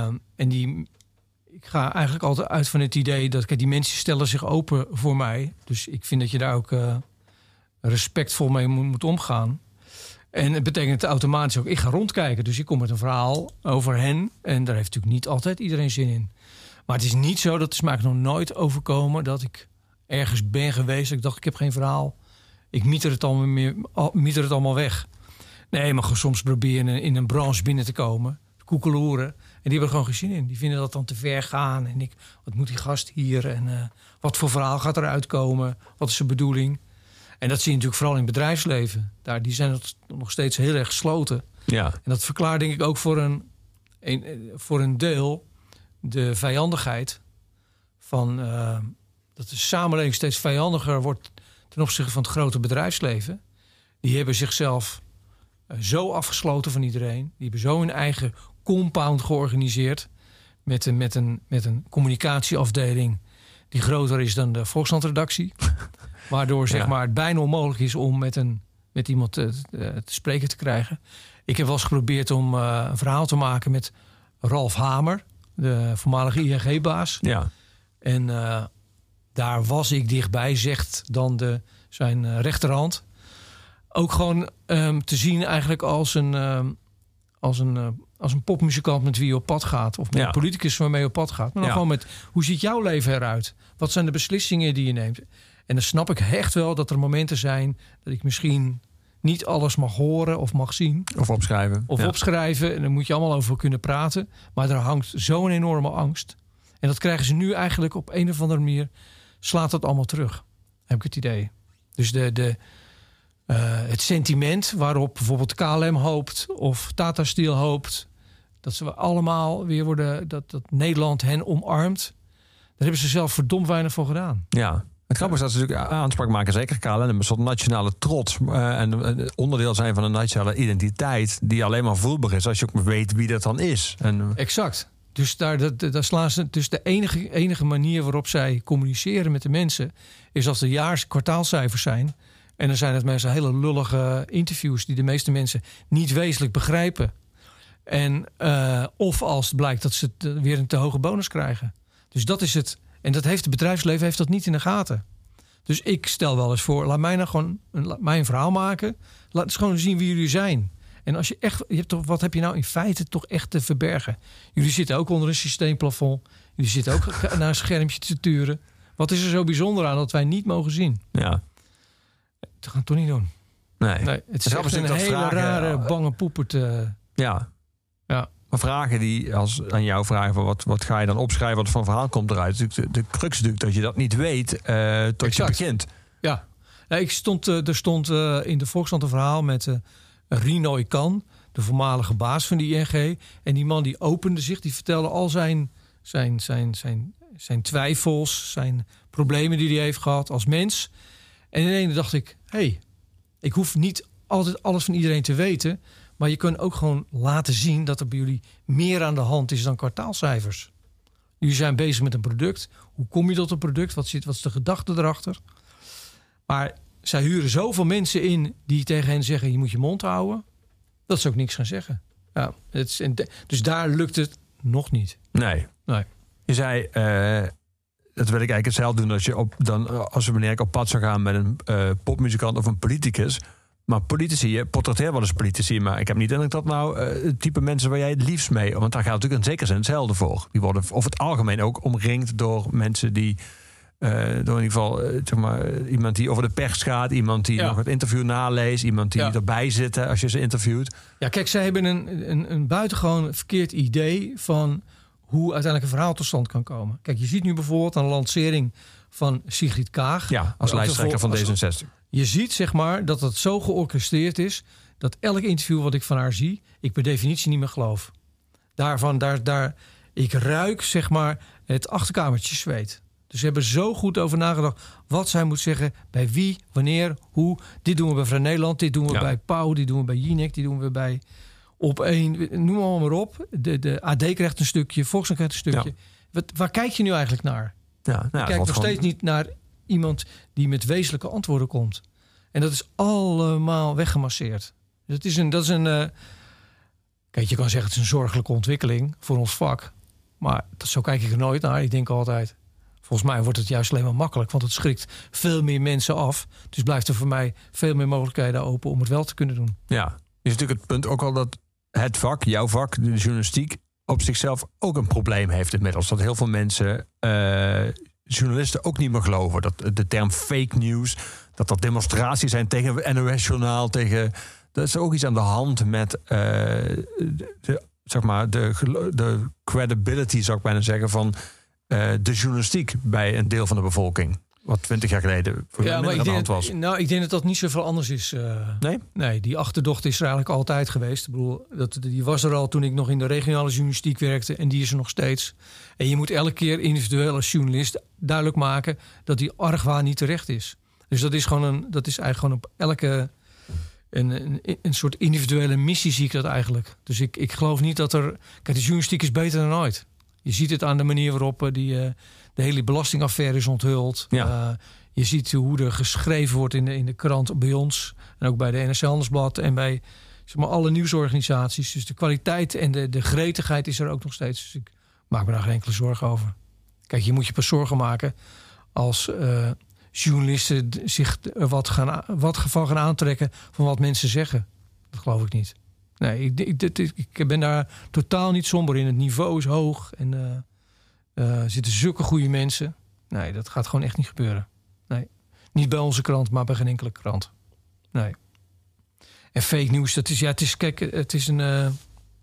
Ik ga eigenlijk altijd uit van het idee dat die mensen stellen zich open voor mij. Dus ik vind dat je daar ook respectvol mee moet omgaan. En het betekent automatisch ook, ik ga rondkijken. Dus ik kom met een verhaal over hen. En daar heeft natuurlijk niet altijd iedereen zin in. Maar het is niet zo, dat is me eigenlijk nog nooit overkomen... dat ik ergens ben geweest, dat ik dacht, ik heb geen verhaal. Ik mieter het allemaal weg. Nee, maar soms probeer je in een branche binnen te komen. Koekeloeren. En die hebben er gewoon geen zin in. Die vinden dat dan te ver gaan. En wat moet die gast hier? En wat voor verhaal gaat eruit komen? Wat is de bedoeling? En dat zie je natuurlijk vooral in het bedrijfsleven. Die zijn nog steeds heel erg gesloten. Ja. En dat verklaart denk ik ook voor een deel de vijandigheid van dat de samenleving steeds vijandiger wordt ten opzichte van het grote bedrijfsleven. Die hebben zichzelf zo afgesloten van iedereen. Die hebben zo hun eigen compound georganiseerd met een communicatieafdeling die groter is dan de Volkskrant-redactie. Waardoor zeg maar, het bijna onmogelijk is om met iemand te spreken te krijgen. Ik heb wel eens geprobeerd om een verhaal te maken met Ralf Hamer, de voormalige ING-baas. Ja. En daar was ik dichtbij, zegt dan zijn rechterhand. Ook gewoon te zien eigenlijk als een popmuzikant met wie je op pad gaat. Of met een politicus waarmee je op pad gaat. Maar dan gewoon met, hoe ziet jouw leven eruit? Wat zijn de beslissingen die je neemt? En dan snap ik echt wel dat er momenten zijn dat ik misschien niet alles mag horen of mag zien. Of opschrijven. Opschrijven. En daar moet je allemaal over kunnen praten. Maar er hangt zo'n enorme angst. En dat krijgen ze nu eigenlijk op een of andere manier. Slaat dat allemaal terug. Heb ik het idee. Dus het sentiment waarop bijvoorbeeld KLM hoopt of Tata Steel hoopt dat ze allemaal weer worden, dat Nederland hen omarmt. Daar hebben ze zelf verdomd weinig voor gedaan. Ja. Het grappige is dat ze natuurlijk aanspraak maken, zeker KLM, een soort nationale trots en onderdeel zijn van een nationale identiteit die alleen maar voelbaar is als je ook weet wie dat dan is. Exact. Dus daar slaan ze. Dus de enige manier waarop zij communiceren met de mensen is als er kwartaalcijfers zijn. En dan zijn het meestal hele lullige interviews die de meeste mensen niet wezenlijk begrijpen. En of als het blijkt dat ze weer een te hoge bonus krijgen. Dus dat is het. En dat heeft het bedrijfsleven heeft dat niet in de gaten. Dus ik stel wel eens voor, laat mij nou gewoon een verhaal maken. Laat eens gewoon zien wie jullie zijn. En als wat heb je nou in feite toch echt te verbergen? Jullie zitten ook onder een systeemplafond. Jullie zitten ook naar een schermpje te turen. Wat is er zo bijzonder aan dat wij niet mogen zien? Ja. Dat gaan we toch niet doen. Nee. Het is echt een hele rare, bange poepert. Ja. Maar vragen die aan jou vragen van wat ga je dan opschrijven, wat voor verhaal komt eruit? De crux is natuurlijk dat je dat niet weet tot je begint. Ja. Er stond in de Volkskrant een verhaal met Rino Ikan, de voormalige baas van de ING. En die man die opende zich, die vertelde al zijn twijfels, zijn problemen die hij heeft gehad als mens. En ineens dacht ik, ik hoef niet altijd alles van iedereen te weten. Maar je kunt ook gewoon laten zien dat er bij jullie meer aan de hand is dan kwartaalcijfers. Jullie zijn bezig met een product. Hoe kom je tot een product? Wat is de gedachte erachter? Maar zij huren zoveel mensen in die tegen hen zeggen, je moet je mond houden. Dat ze ook niks gaan zeggen. Ja, dus daar lukt het nog niet. Nee. Je zei, dat wil ik eigenlijk hetzelfde doen als wanneer ik op pad zou gaan met een popmuzikant of een politicus. Maar politici, je portretteert wel eens politici, maar ik heb niet de indruk dat nou het type mensen waar jij het liefst mee... Want daar gaat natuurlijk in zekere zin hetzelfde voor. Die worden over het algemeen ook omringd door mensen die... door in ieder geval iemand die over de pers gaat, iemand die nog het interview naleest, iemand die erbij zit als je ze interviewt. Ja, kijk, zij hebben een buitengewoon verkeerd idee van hoe uiteindelijk een verhaal tot stand kan komen. Kijk, je ziet nu bijvoorbeeld een lancering van Sigrid Kaag. Ja, als lijsttrekker van D66. Je ziet zeg maar dat het zo georchestreerd is dat elk interview wat ik van haar zie, ik per definitie niet meer geloof. Ik ruik zeg maar het achterkamertje zweet. Dus ze hebben zo goed over nagedacht wat zij moet zeggen, bij wie, wanneer, hoe. Dit doen we bij Vrij Nederland, dit doen we bij Pauw, dit doen we bij Jinek, dit doen we bij Op1. Noem maar op. De AD krijgt een stukje, Volkskrant krijgt een stukje. Ja. Waar kijk je nu eigenlijk naar? Je kijkt nog steeds niet naar iemand die met wezenlijke antwoorden komt. En dat is allemaal weggemasseerd. Dat is een kijk, je kan zeggen het is een zorgelijke ontwikkeling voor ons vak. Maar zo kijk ik er nooit naar. Ik denk altijd, volgens mij wordt het juist alleen maar makkelijk. Want het schrikt veel meer mensen af. Dus blijft er voor mij veel meer mogelijkheden open om het wel te kunnen doen. Ja, is natuurlijk het punt ook al dat het vak, jouw vak, de journalistiek, op zichzelf ook een probleem heeft inmiddels. Dat heel veel mensen, journalisten ook niet meer geloven. Dat de term fake news, dat er demonstraties zijn tegen het NOS-journaal, tegen... Er is ook iets aan de hand met de credibility, zou ik bijna zeggen, van de journalistiek bij een deel van de bevolking. Wat 20 jaar geleden voor minder aan de hand was. Ik denk dat dat niet zoveel anders is. Nee, die achterdocht is er eigenlijk altijd geweest. Ik bedoel, die was er al toen ik nog in de regionale journalistiek werkte. En die is er nog steeds. En je moet elke keer individueel als journalist duidelijk maken dat die argwaan niet terecht is. Dus dat is eigenlijk gewoon op elke... Een soort individuele missie zie ik dat eigenlijk. Dus ik geloof niet dat er... Kijk, de journalistiek is beter dan ooit. Je ziet het aan de manier waarop de hele belastingaffaire is onthuld. Ja. Je ziet hoe er geschreven wordt in de krant bij ons. En ook bij de NRC Handelsblad en bij alle nieuwsorganisaties. Dus de kwaliteit en de gretigheid is er ook nog steeds. Dus ik maak me daar geen enkele zorgen over. Kijk, je moet je pas zorgen maken als... journalisten zich wat van gaan aantrekken van wat mensen zeggen. Dat geloof ik niet. Nee, ik ben daar totaal niet somber in. Het niveau is hoog en er zitten zulke goede mensen. Nee, dat gaat gewoon echt niet gebeuren. Nee, niet bij onze krant, maar bij geen enkele krant. Nee. En fake news, het is een...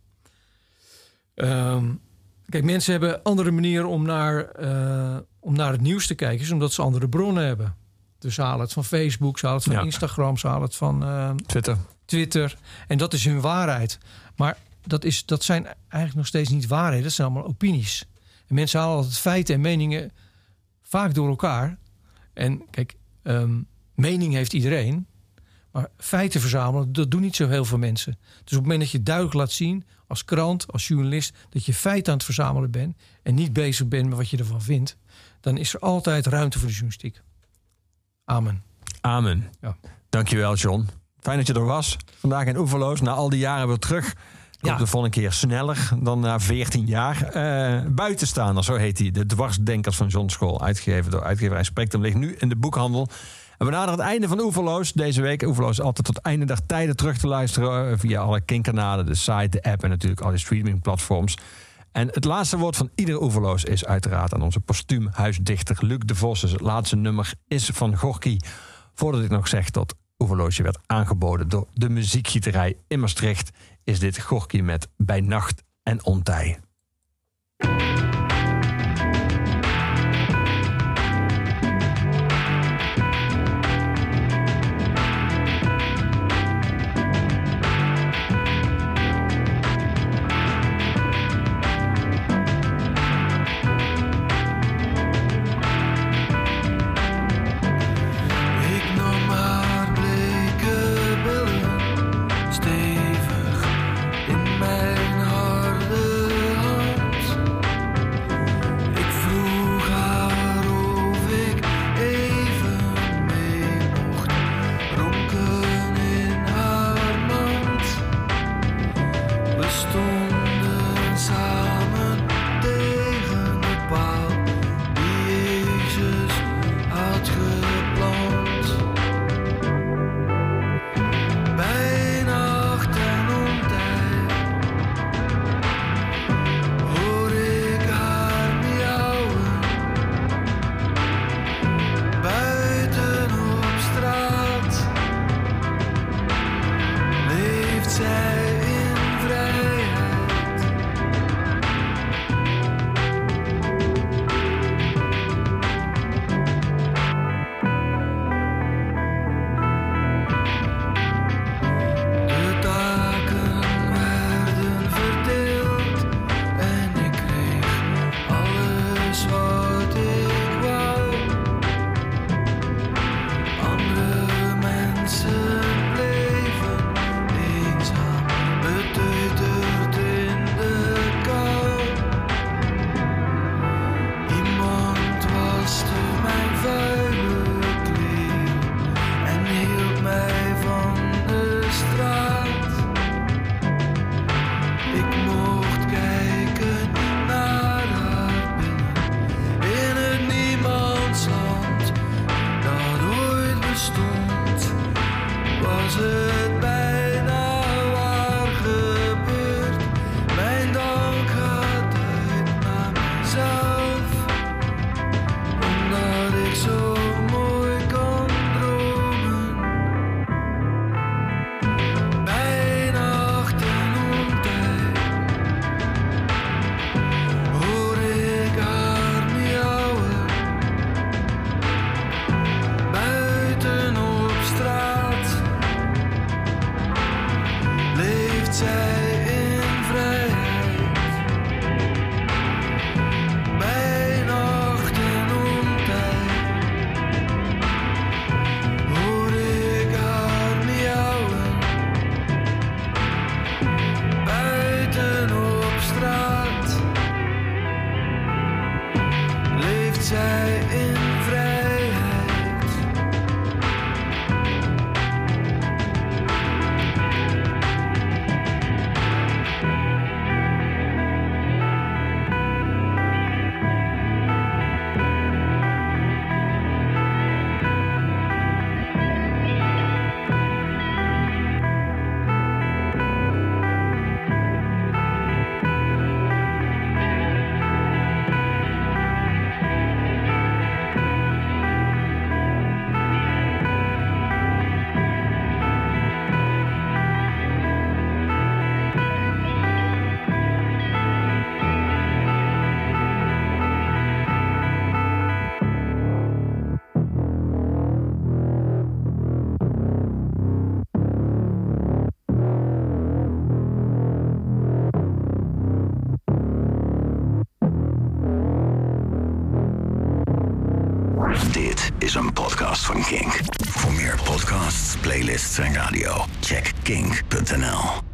Kijk, mensen hebben een andere manier om naar het nieuws te kijken, is omdat ze andere bronnen hebben. Dus ze halen het van Facebook, ze halen het van Instagram, ze halen het van Twitter. En dat is hun waarheid. Maar dat zijn eigenlijk nog steeds niet waarheden. Dat zijn allemaal opinies. En mensen halen altijd feiten en meningen vaak door elkaar. En kijk, mening heeft iedereen. Maar feiten verzamelen, dat doen niet zo heel veel mensen. Dus op het moment dat je duidelijk laat zien, als krant, als journalist, dat je feiten aan het verzamelen bent en niet bezig bent met wat je ervan vindt, dan is er altijd ruimte voor de journalistiek. Amen. Amen. Ja. Dankjewel, John. Fijn dat je er was. Vandaag in Oeverloos, na al die jaren weer terug. Ik hoop de volgende keer sneller dan na 14 jaar. Buitenstaander, zo heet hij. De dwarsdenkers van John Scholl, uitgegeven door uitgeverij Spectrum, ligt nu in de boekhandel. En we naderen het einde van Oeverloos deze week. Oeverloos is altijd tot einde der tijden terug te luisteren via alle Kink-kanalen, de site, de app en natuurlijk alle streamingplatforms. En het laatste woord van ieder Oeverloos is uiteraard aan onze postuum huisdichter Luc de Vos. Dus het laatste nummer is van Gorky. Voordat ik nog zeg dat Oeverloosje werd aangeboden door de muziekgieterij in Maastricht, is dit Gorky met Bij Nacht en Ontij. Stevig in mijn harde hand. Als het bijna waar gebeurt, mijn dank gaat uit naar mezelf, omdat ik zo mooi kan dromen. Bij nacht en ontijd hoor ik haar miauwen. Buiten op straat leeft zij in vrijheid. Bij nacht en ontijd hoor ik haar miauwen. Buiten op straat leeft zij in vrijheid. Dit is een podcast van Kink. Voor meer podcasts, playlists en radio, check kink.nl.